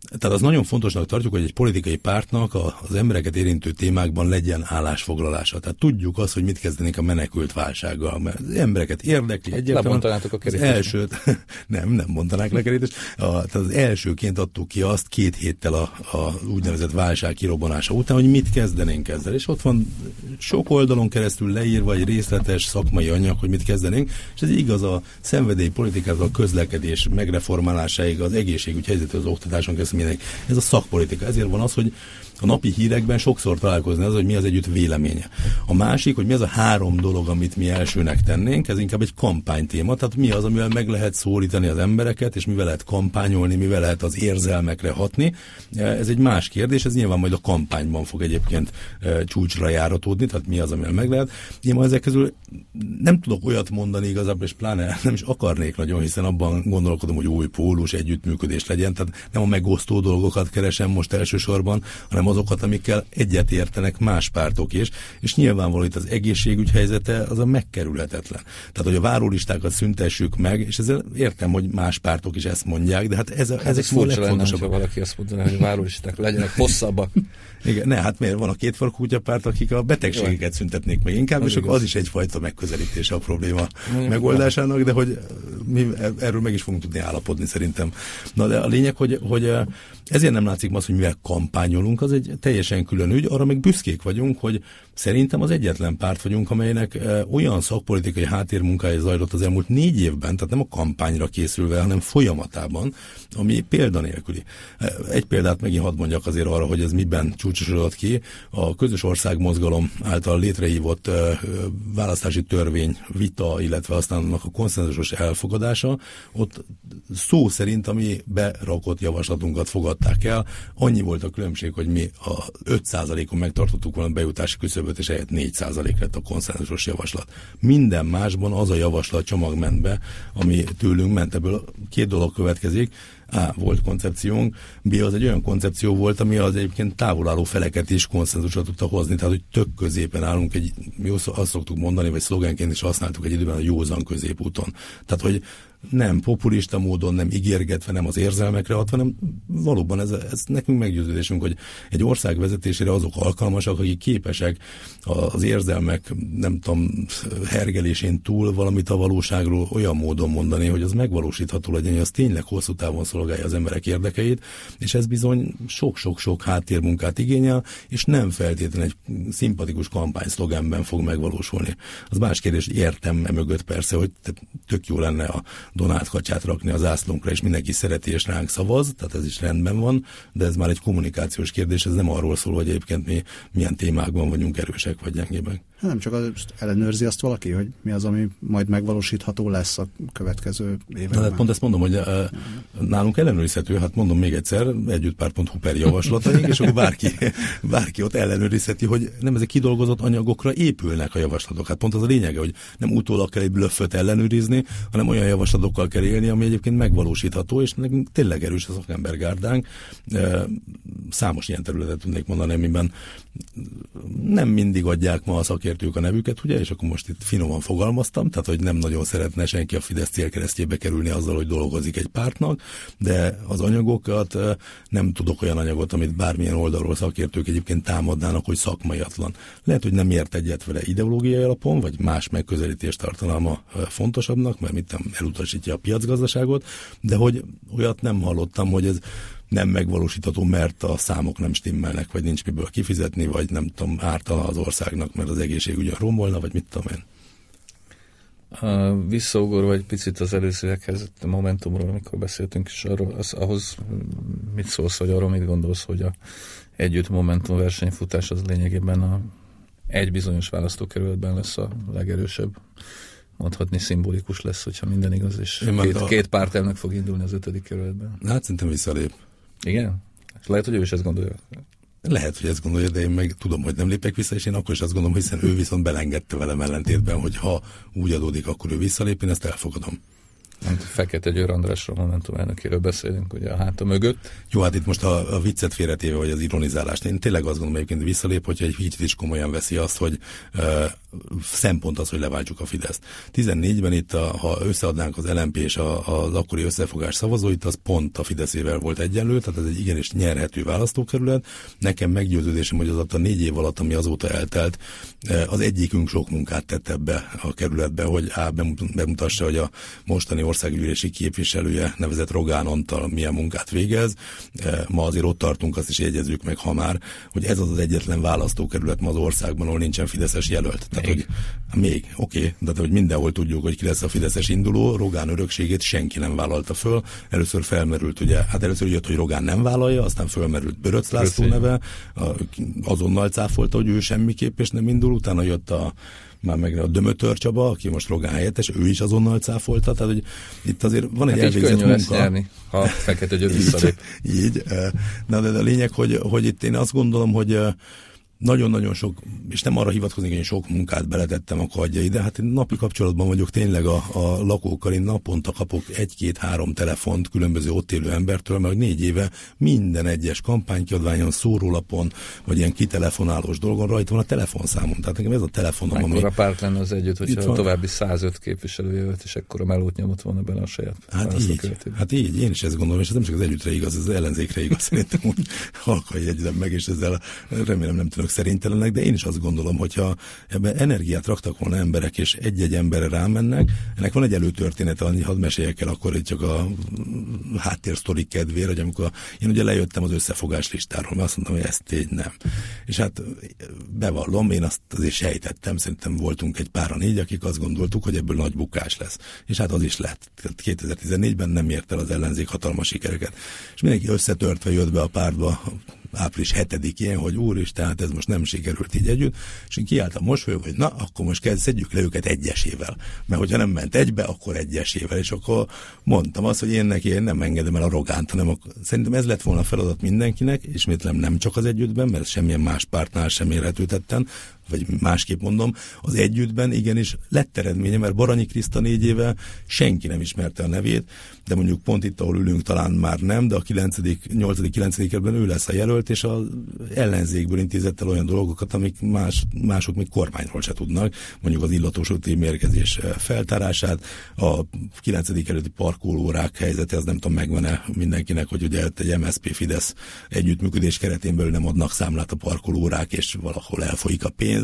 Tehát az nagyon fontosnak tartjuk, hogy egy politikai pártnak az embereket érintő témákban legyen állásfoglalása. Tehát tudjuk azt, hogy mit kezdenénk a menekült válsággal, mert az embereket érdekli egyáltalán. Lebontanátok a kerítést? Az elsőt, nem bontanák le kerítést. Tehát az elsőként adtuk ki azt 2 héttel a úgynevezett válság kirobbanása után, hogy mit kezdenénk ezzel. És ott van sok oldalon keresztül leírva egy részletes szakmai anyag, hogy mit kezdenénk, és ez igaz a szenvedélypolitikától a közlekedés megreformálásáig, az egészségügy helyzetű, az oktatáson keresztül. Ez a szakpolitika. Ezért van az, hogy a napi hírekben sokszor találkozni az, hogy mi az együtt véleménye. A másik, hogy mi az a 3 dolog, amit mi elsőnek tennénk, ez inkább egy kampánytéma, tehát mi az, amivel meg lehet szólítani az embereket, és mivel lehet kampányolni, mivel lehet az érzelmekre hatni. Ez egy más kérdés, ez nyilván majd a kampányban fog egyébként csúcsra járatódni, tehát mi az, amivel meg lehet. Én ma ezek közül nem tudok olyat mondani igazából, és pláne nem is akarnék nagyon, hiszen abban gondolkodom, hogy új pólus együttműködés legyen, tehát nem a megosztó dolgokat keresem most elsősorban, hanem azokat, amikkel egyet értenek más pártok is, és nyilvánvaló itt az egészségügy helyzete az a megkerülhetetlen. Tehát, hogy a várólistákat szüntessük meg, és ezzel értem, hogy más pártok is ezt mondják, de hát ezek furcsa lenne, ha valaki azt mondaná, hogy a várólisták legyenek hosszabbak. Igen, hát miért van a kétfarkú kutyapárt, akik a betegségeket szüntetnék meg inkább, és akkor az is egyfajta megközelítése a probléma megoldásának, de hogy mi erről meg is fogunk tudni állapodni szerintem. Na de a lényeg, hogy ezért nem látszik az, hogy mivel kampányolunk, az egy teljesen külön ügy, arra meg büszkék vagyunk, hogy szerintem az egyetlen párt vagyunk, amelynek olyan szakpolitikai háttérmunkája zajlott az elmúlt 4 évben, tehát nem a kampányra készülve, hanem folyamatában, ami példanélküli. Egy példát megint hadd mondjak azért arra, hogy ez miben csúcsosodott ki. A Közös Országmozgalom által létrehívott választási törvény vita, illetve aztán annak a konszenzusos elfogadása, ott szó szerint a mi berakott javaslatunkat fogadták el. Annyi volt a különbség, hogy mi a 5%-on megtartottuk volna bejutási küszöböt, és helyett 4% lett a konszenzusos javaslat. Minden másban az a javaslat csomag ment be, ami tőlünk ment. Ebből 2 dolog következik. A. Volt koncepciónk, B. az egy olyan koncepció volt, ami az egyébként távolálló feleket is konszenzusra tudta hozni, tehát hogy tök középen állunk, mi azt szoktuk mondani, vagy szlogenként is használtuk egy időben a józan középúton. Tehát, hogy nem populista módon, nem ígérgetve, nem az érzelmekre hatva, hanem valóban ez nekünk meggyőződésünk, hogy egy ország vezetésére azok alkalmasak, akik képesek az érzelmek, nem tudom, hergelésén túl valamit a valóságról olyan módon mondani, hogy az megvalósítható legyen, hogy az tényleg hosszú távon szolgálja az emberek érdekeit, és ez bizony sok-sok-sok háttérmunkát igényel, és nem feltétlenül egy szimpatikus kampányszlogenben fog megvalósulni. Az más kérdés, értem mögött persze, hogy tök jó lenne a Donát katyát rakni az zászlónkra, és mindenki szereti és ránk szavaz, tehát ez is rendben van, de ez már egy kommunikációs kérdés, ez nem arról szól, hogy egyébként mi milyen témákban vagyunk erősek vagy gyengébbek. Nem csak ellenőrzi azt valaki, hogy mi az, ami majd megvalósítható lesz a következő években. Hát pont ezt mondom, hogy nálunk ellenőrizhető, hát mondom még egyszer, együttpárt.hu per javaslataink, és akkor bárki ott ellenőrizheti, hogy nem ezek kidolgozott anyagokra épülnek a javaslatok. Hát pont az a lényege, hogy nem utólag kell egy blöfföt ellenőrizni, hanem olyan javaslatokkal kell élni, ami egyébként megvalósítható, és nekünk tényleg erős a szakembergárdánk. Számos ilyen területet tudnék mondani, amiben nem mindig adják ma a szakértők a nevüket, ugye, és akkor most itt finoman fogalmaztam, tehát hogy nem nagyon szeretne senki a Fidesz célkeresztjébe kerülni azzal, hogy dolgozik egy pártnak, de az anyagokat nem tudok olyan anyagot, amit bármilyen oldalról szakértők egyébként támadnának, hogy szakmaiatlan. Lehet, hogy nem ért egyet vele ideológiai alapon, vagy más megközelítést tartalma fontosabbnak, mert mit elutasítja a piacgazdaságot, de hogy olyat nem hallottam, hogy ez nem megvalósítható, mert a számok nem stimmelnek, vagy nincs miből kifizetni, vagy nem tudom, ártana az országnak, mert az egészségügyen rombolna, vagy mit tudom én. Visszaugorva egy picit az előzőekhez, a Momentumról, amikor beszéltünk, és arról, ahhoz mit szólsz, vagy arról mit gondolsz, hogy a együtt Momentum versenyfutás az lényegében egy bizonyos választókerületben lesz a legerősebb, mondhatni szimbolikus lesz, hogyha minden igaz, és két pártelnök fog indulni az 5. kerületben. Hát szerintem visszalép. Igen? És lehet, hogy ő is ezt gondolja. Lehet, hogy ezt gondolja, de én meg tudom, hogy nem lépek vissza, és én akkor is azt gondolom, hiszen ő viszont belengedte velem ellentétben, hogy ha úgy adódik, akkor ő visszalép, én ezt elfogadom. Fekete Győr Andrásról, Momentum elnökéről beszélünk, ugye a háta mögött. Jó, hát itt most a viccet félretéve, vagy az ironizálást. Én tényleg azt gondolom, egyébként visszalép, hogyha egy kicsit is komolyan veszi azt, hogy szempont az, hogy leváltsuk a Fideszt. 14-ben itt, ha összeadnánk az LMP és az akkori összefogás szavazóit, az pont a Fideszével volt egyenlő, tehát ez egy igenis nyerhető választókerület. Nekem meggyőződésem, hogy az a 4 év alatt, ami azóta eltelt, az egyikünk sok munkát tett ebbe a kerületbe, hogy bemutassa, hogy a mostani országgyűlési képviselője nevezett Rogán Antal milyen munkát végez. Ma azért ott tartunk, azt is jegyezzük meg, ha már, hogy ez az egyetlen választókerület ma az országban, ahol nincsen fideszes jelölt. Tehát, hogy még, oké, de hogy mindenhol tudjuk, hogy ki lesz a fideszes induló, Rogán örökségét senki nem vállalta föl. Először felmerült, ugye, hát először jött, hogy Rogán nem vállalja, aztán felmerült Böröcz László neve, azonnal cáfolta, hogy ő semmiképp és nem indul, utána jött már meg a Dömötör Csaba, aki most Rogán helyettes, ő is azonnal cáfolta, tehát hogy itt azért van egy elvégzett munka. Nyerni, ha Fekete Győr visszalép. Így. De a lényeg, hogy itt én azt gondolom, hogy nagyon-nagyon sok, és nem arra hivatkoznék, hogy én sok munkát beletettem a kardja ide, hát én napi kapcsolatban vagyok tényleg a lakókkal, én naponta kapok 1-2-3 telefont különböző ott élő embertől, mert 4 éve minden egyes kampánykiadványon, szórólapon, vagy ilyen kitelefonálós dolgon rajta van a telefonszámom. Tehát nekem ez a telefonom, ami... Mekkora párt lenne az együtt, hogyha további 105 képviselője volt, és ekkora melót nyomott volna benne a saját Hát így, én is ezt gondolom, és ez nem csak az együttre igaz, ez az ellenzékre igaz, szerintem úgy halkan jegyzem meg, és ezzel remélem nem tudok szerintelenek, de én is azt gondolom, hogyha ebben energiát raktak volna emberek, és egy-egy emberre rámennek, ennek van egy előtörténete, annyi hadd meséljek el akkor csak a háttérsztorik kedvére, hogy amikor én ugye lejöttem az összefogás listáról, mert azt mondtam, hogy ezt így nem. És hát bevallom, én azt azért sejtettem, szerintem voltunk egy páran így, akik azt gondoltuk, hogy ebből nagy bukás lesz. És hát az is lett. 2014-ben nem ért el az ellenzék hatalmas sikereket. És mindenki összetörtve jött be a pártba április 7-én, hogy úristen, hát ez most nem sikerült így együtt, és én kiálltam mosolyogva, hogy na, akkor most szedjük le őket egyesével. Mert hogyha nem ment egybe, akkor egyesével. És akkor mondtam azt, hogy én nem engedem el a Rogánt, hanem szerintem ez lett volna a feladat mindenkinek, ismétlem nem csak az együttben, mert semmilyen más pártnál sem érhető tetten, vagy másképp mondom, az együttben igenis lett eredménye, mert Baranyi Kriszta 4 éve senki nem ismerte a nevét, de mondjuk pont itt, ahol ülünk, talán már nem, de a 8.-9. kerületben ő lesz a jelölt, és az ellenzékből intézett el olyan dolgokat, amik mások még kormányról se tudnak, mondjuk az illatos úti mérgezés feltárását, a 9. kerületi parkolórák helyzete, az nem tudom, megvan-e mindenkinek, hogy ugye egy MSZP-Fidesz együttműködés keretén belül nem adnak számlát a parkolórák, és valahol elfolyik a pénz.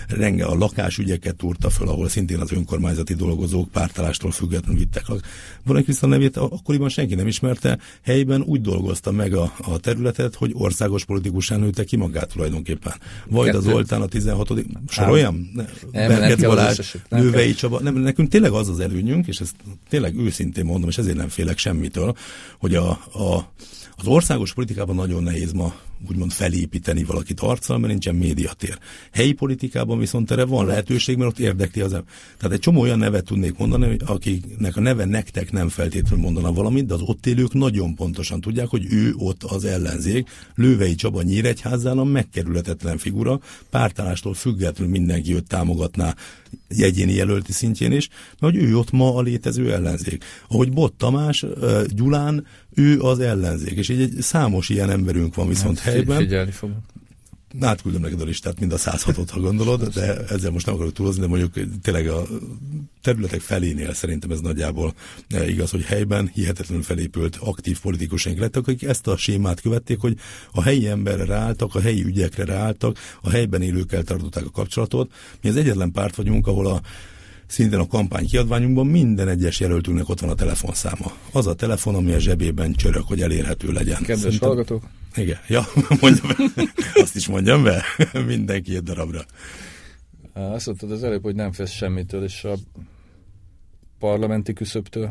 A lakásügyeket túrta föl, ahol szintén az önkormányzati dolgozók pártállástól függetlenül vittek. Baranyi Kriszta nevét akkoriban senki nem ismerte, helyben úgy dolgozta meg a területet, hogy országos politikussá nőtte ki magát tulajdonképpen. Vajda Zoltán a 16. Soroljam? Berget Balázs, Lővei Csaba. Nem, nekünk tényleg az előnyünk, és ezt tényleg őszintén mondom, és ezért nem félek semmitől, hogy az országos politikában nagyon nehéz ma úgymond felépíteni valakit arccal, mert nincsen médiatér. Helyi politikában viszont erre van lehetőség, mert ott érdekli az ember. Tehát egy csomó olyan nevet tudnék mondani, akiknek a neve nektek nem feltétlenül mondana valamit, de az ott élők nagyon pontosan tudják, hogy ő ott az ellenzék. Lővei Csaba Nyíregyházán a megkerülhetetlen figura, pártállástól függetlenül mindenki őt támogatná egyéni jelölti szintjén is, mert hogy ő ott ma a létező ellenzék. Ahogy Bot Tamás Gyulán, ő az ellenzék, és így egy számos ilyen emberünk van viszont helyben. Figyelni fogunk. Átküldöm neked a listát, mind a 106-ot, ha gondolod, de ezzel most nem akarok túlozni, de mondjuk tényleg a területek felénél szerintem ez nagyjából igaz, hogy helyben hihetetlenül felépült aktív politikusaink lettek, akik ezt a sémát követték, hogy a helyi emberre ráálltak, a helyi ügyekre ráálltak, a helyben élőkkel tartották a kapcsolatot. Mi az egyetlen párt vagyunk, ahol szintén a kampány kiadványunkban minden egyes jelöltünknek ott van a telefonszáma. Az a telefon, ami a zsebében csörög, hogy elérhető legyen. Kedves hallgatók! Igen, ja, mondjam be. Azt is mondjam be. Mindenki egy darabra. Azt mondtad az előbb, hogy nem félsz semmitől, és a parlamenti küszöbtől?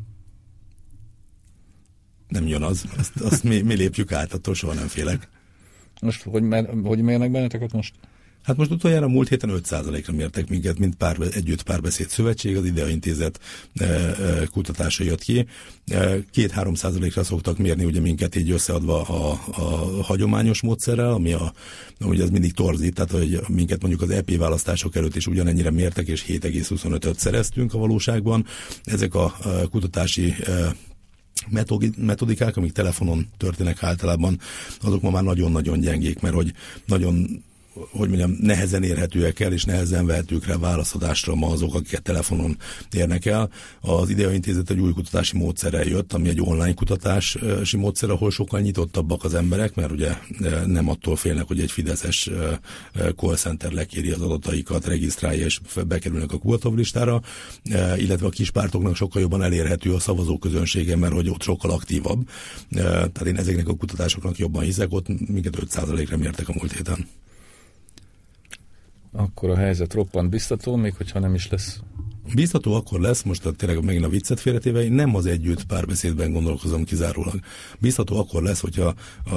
Nem jön az. Azt mi lépjük át, attól soha nem félek. Most, hogy mérnek benneteket most? Hát most utoljára múlt héten 5%-ra mértek minket, mint Együtt Párbeszéd Szövetség, az IDEA Intézet kutatása jött ki. 2-3%-ra szoktak mérni ugye minket így összeadva a hagyományos módszerrel, ami ugye ez mindig torzít, tehát hogy minket mondjuk az EP választások előtt is ugyanennyire mértek, és 7,25-öt szereztünk a valóságban. Ezek a kutatási metodikák, amik telefonon történnek általában, azok ma már nagyon-nagyon gyengék, mert hogy nagyon hogy mondjam, nehezen érhetőek el, és nehezen vehetők rá válaszadásra ma azok, akiket telefonon érnek el. Az Idea Intézet egy új kutatási módszerrel jött, ami egy online kutatási módszer, ahol sokkal nyitottabbak az emberek, mert ugye nem attól félnek, hogy egy fideszes call center lekéri az adataikat, regisztrálja, és bekerülnek a Kubatov listára, illetve a kispártoknak sokkal jobban elérhető a szavazóközönsége, mert hogy ott sokkal aktívabb. Tehát én ezeknek a kutatásoknak jobban hiszek, ott minket 5%-ra mértek a múlt héten. Akkor a helyzet roppant biztató, még hogyha nem is lesz. Biztató akkor lesz, most tényleg megint a viccet félretéve, én nem az együtt párbeszédben gondolkozom kizárólag. Biztató akkor lesz, hogyha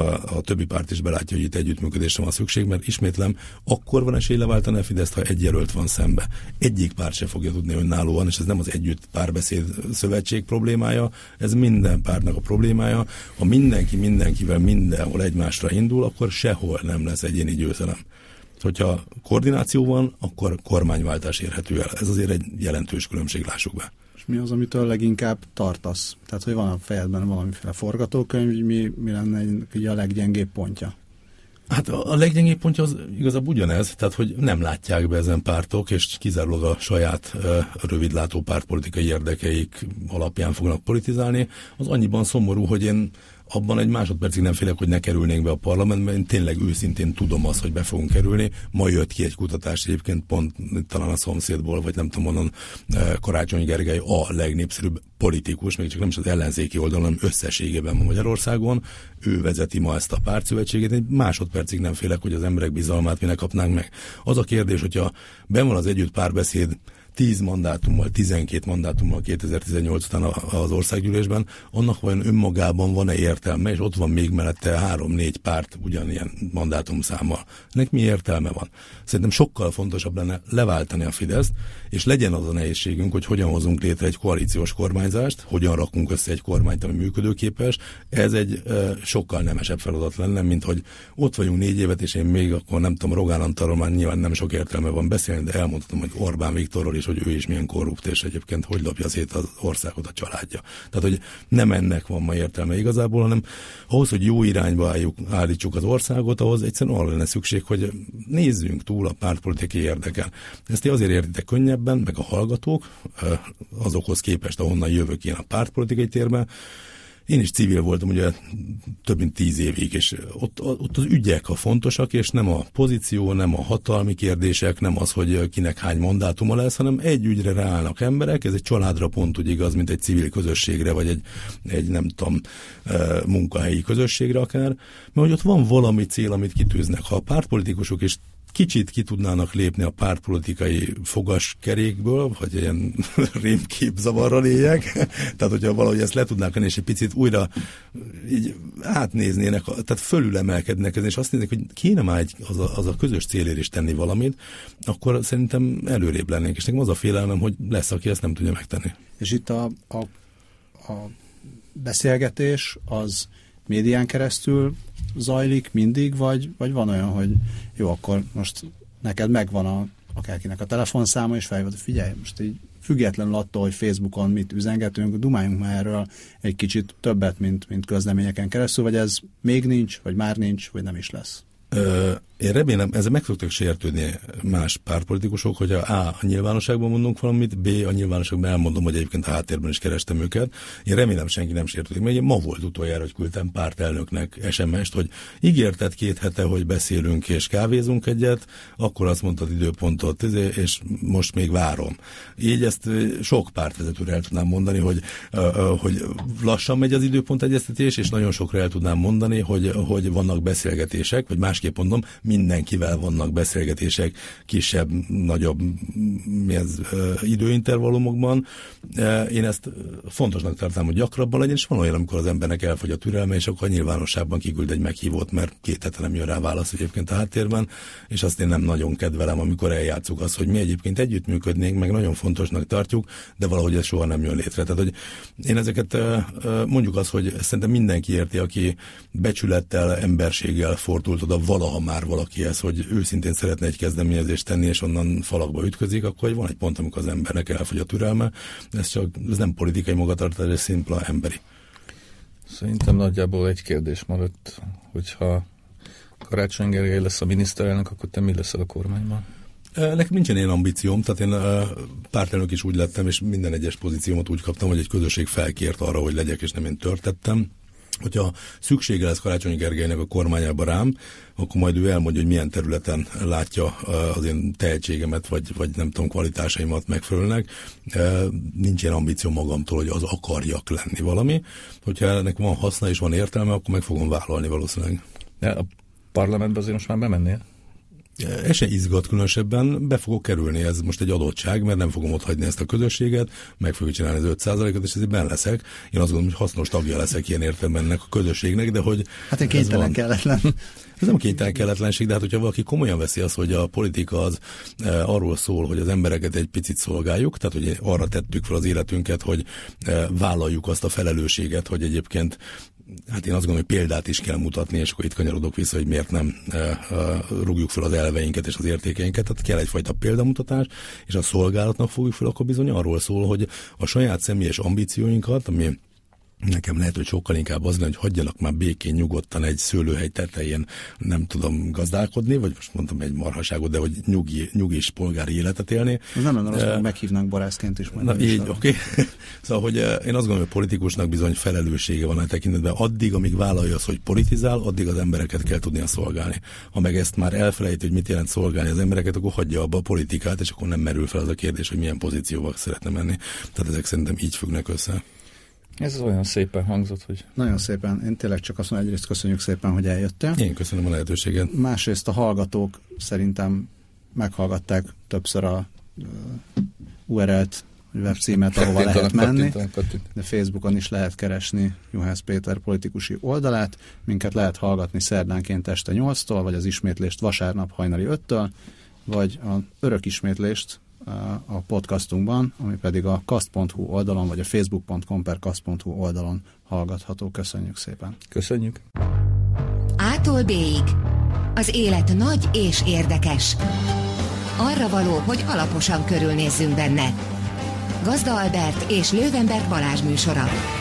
a többi párt is belátja, hogy itt együttműködésre van szükség, mert ismétlem, akkor van esély leváltani a Fideszt, ha egy jelölt van szembe. Egyik párt se fogja tudni önállóan, és ez nem az együtt párbeszéd szövetség problémája, ez minden pártnak a problémája. Ha mindenki mindenkivel mindenhol egymásra indul, akkor sehol nem lesz egyéni győzelem. Hogyha koordináció van, akkor kormányváltás érhető el. Ez azért egy jelentős különbség, lássuk be. És mi az, amitől leginkább tartasz? Tehát, hogy van a fejedben valamiféle forgatókönyv, mi lenne egy a leggyengébb pontja? Hát a leggyengébb pontja az igazából ugyanez, tehát hogy nem látják be ezen pártok, és kizárólag a saját rövidlátó pártpolitikai érdekeik alapján fognak politizálni. Az annyiban szomorú, hogy én abban egy másodpercig nem félek, hogy ne kerülnénk be a parlamentbe, én tényleg őszintén tudom azt, hogy be fogunk kerülni. Ma jött ki egy kutatás egyébként pont talán a szomszédból, vagy nem tudom onnan, Karácsony Gergely a legnépszerűbb politikus, még csak nem is az ellenzéki oldalon, hanem összességében ma Magyarországon. Ő vezeti ma ezt a pártszövetséget, egy másodpercig nem félek, hogy az emberek bizalmát mi ne kapnánk meg. Az a kérdés, hogyha benn van az együtt párbeszéd 10 mandátummal, 12 mandátummal 2018 után az országgyűlésben, annak vajon önmagában van-e értelme, és ott van még mellette 3-4 párt ugyanilyen mandátumszámmal. Ennek mi értelme van? Szerintem sokkal fontosabb lenne leváltani a Fideszt, és legyen az a nehézségünk, hogy hogyan hozunk létre egy koalíciós kormányzást, hogyan rakunk össze egy kormányt, ami működőképes. Ez egy sokkal nemesebb feladat lenne, mint hogy ott vagyunk 4 évet, és én még akkor nem tudom, Rogán Antalról már nyilván nem sok értelme van beszélni, de elmondhatom, hogy Orbán Viktorról és hogy ő is milyen korrupt, és egyébként hogy lopja szét az országot a családja. Tehát, hogy nem ennek van ma értelme igazából, hanem ahhoz, hogy jó irányba állítsuk az országot, ahhoz egyszerűen arra lenne szükség, hogy nézzünk túl a pártpolitikai érdeken. Ezt azért értitek könnyebben, meg a hallgatók, azokhoz képest, ahonnan jövök én a pártpolitikai térben. Én is civil voltam ugye több mint 10 évig, és ott az ügyek a fontosak, és nem a pozíció, nem a hatalmi kérdések, nem az, hogy kinek hány mandátuma lesz, hanem egy ügyre ráállnak emberek, ez egy családra pont úgy igaz, mint egy civil közösségre, vagy egy nem tudom, munkahelyi közösségre akár, mert hogy ott van valami cél, amit kitűznek. Ha a pártpolitikusok is kicsit ki tudnának lépni a pártpolitikai fogaskerékből, vagy ilyen rémképzavarral éljek, tehát hogyha valahogy ezt le tudnák venni, és egy picit újra így átnéznének, tehát fölülemelkednek, és azt néznek, hogy kéne már az a közös célért is tenni valamit, akkor szerintem előrébb lennénk, és nekem az a félelmem, hogy lesz, aki ezt nem tudja megtenni. És itt a beszélgetés az médián keresztül zajlik mindig, vagy van olyan, hogy jó, akkor most neked megvan akárkinek a telefonszáma, és felhívod, figyelj, most így függetlenül attól, hogy Facebookon mit üzengetünk, dumáljunk már erről egy kicsit többet, mint közleményeken keresztül, vagy ez még nincs, vagy már nincs, vagy nem is lesz. Én remélem, ezzel meg szoktak sértődni más pártpolitikusok, hogy a nyilvánosságban mondunk valamit, B, a nyilvánosságban elmondom, hogy egyébként a háttérben is kerestem őket. Én remélem, senki nem sértődik, mert ma volt utoljára, hogy küldtem pártelnöknek SMS-t, hogy ígérted 2 hete, hogy beszélünk és kávézunk egyet, akkor azt mondtad időpontot, és most még várom. Így ezt sok pártvezetőre el tudnám mondani, hogy lassan megy az időpont egyeztetés, és nagyon sokra el tudnám mondani, hogy vannak beszélgetések, vagy másképp mondom, mindenkivel vannak beszélgetések kisebb, nagyobb időintervallumokban. Én ezt fontosnak tartom, hogy gyakrabban legyen, és van olyan, amikor az embernek elfogy a türelme, és akkor nyilvánosságban kiküld egy meghívót, mert 2 hete nem jön rá válasz egyébként a háttérben, és azt én nem nagyon kedvelem, amikor eljátszuk azt, hogy mi egyébként együttműködnénk, meg nagyon fontosnak tartjuk, de valahogy ez soha nem jön létre. Tehát, hogy én ezeket mondjuk azt, hogy szerintem mindenki érti, aki becsülettel, emberséggel fordult oda valaha már valakihez, hogy őszintén szeretne egy kezdeményezést tenni, és onnan falakba ütközik, akkor van egy pont, amikor az embernek elfogy a türelme. Ez nem politikai magatartás, ez szimpla emberi. Szerintem nagyjából egy kérdés maradt, hogyha Karácsony Gergely lesz a miniszterelnök, akkor te mi leszel a kormányban? Nekem nincsen ilyen ambícióm, tehát én pártelnök is úgy lettem, és minden egyes pozíciómat úgy kaptam, hogy egy közösség felkért arra, hogy legyek, és nem én törtettem. Hogyha szüksége lesz Karácsony Gergelynek a kormányába rám, akkor majd ő elmondja, hogy milyen területen látja az én tehetségemet, vagy nem tudom, kvalitásaimat megfelelőnek. Nincs ilyen ambíció magamtól, hogy az akarjak lenni valami. Hogyha ennek van haszna és van értelme, akkor meg fogom vállalni valószínűleg. De a parlamentbe azért most már bemennél? Ez se izgat különösebben, be fogok kerülni, ez most egy adottság, mert nem fogom otthagyni ezt a közösséget, meg fogjuk csinálni az 5%-ot, és ezért benn leszek. Én azt gondolom, hogy hasznos tagja leszek ilyen értelemben ennek a közösségnek, de hogy... Hát én kénytelen kelletlen. Ez nem kénytelen kelletlenség, de hát hogyha valaki komolyan veszi azt, hogy a politika az arról szól, hogy az embereket egy picit szolgáljuk, tehát hogy arra tettük fel az életünket, hogy vállaljuk azt a felelősséget, hogy egyébként hát én azt gondolom, hogy példát is kell mutatni, és akkor itt kanyarodok vissza, hogy miért nem rúgjuk fel az elveinket és az értékeinket. Tehát kell egyfajta példamutatás, és a szolgálatnak fogjuk fel, akkor bizony arról szól, hogy a saját személyes ambícióinkat, ami nekem lehet, hogy sokkal inkább az lenne, hogy hagyjanak már békén nyugodtan egy szőlőhely tetején, nem tudom gazdálkodni, vagy most mondtam egy marhaságot, de hogy nyugis polgári életet élni. Ez nem lenne rossz, hogy meghívnánk barászként is. Na így, oké. Szóval, hogy én azt gondolom, hogy politikusnak bizony felelőssége van a tekintetben. Addig, amíg vállalja azt, hogy politizál, addig az embereket kell tudnia szolgálni. Ha meg ezt már elfelejti, hogy mit jelent szolgálni az embereket, akkor hagyja abba a politikát, és akkor nem merül fel az a kérdés, hogy milyen pozícióval szeretne menni. Tehát ezek szerintem így függnek össze. Ez olyan szépen hangzott, hogy... Nagyon szépen. Én tényleg csak azt mondom, egyrészt köszönjük szépen, hogy eljöttél. Én köszönöm a lehetőséget. Másrészt a hallgatók szerintem meghallgatták többször a URL-t, webcímet, ahova lehet menni. De Facebookon is lehet keresni Juhász Péter politikusi oldalát. Minket lehet hallgatni szerdánként este 8-tól, vagy az ismétlést vasárnap hajnali 5-től, vagy a örök ismétlést a podcastunkban, ami pedig a kast.hu oldalon, vagy a facebook.com/kast.hu oldalon hallgatható. Köszönjük szépen. Köszönjük. A-tól B-ig. Az élet nagy és érdekes. Arra való, hogy alaposan körülnézzünk benne. Gazda Albert és Löwenberg Balázs műsora.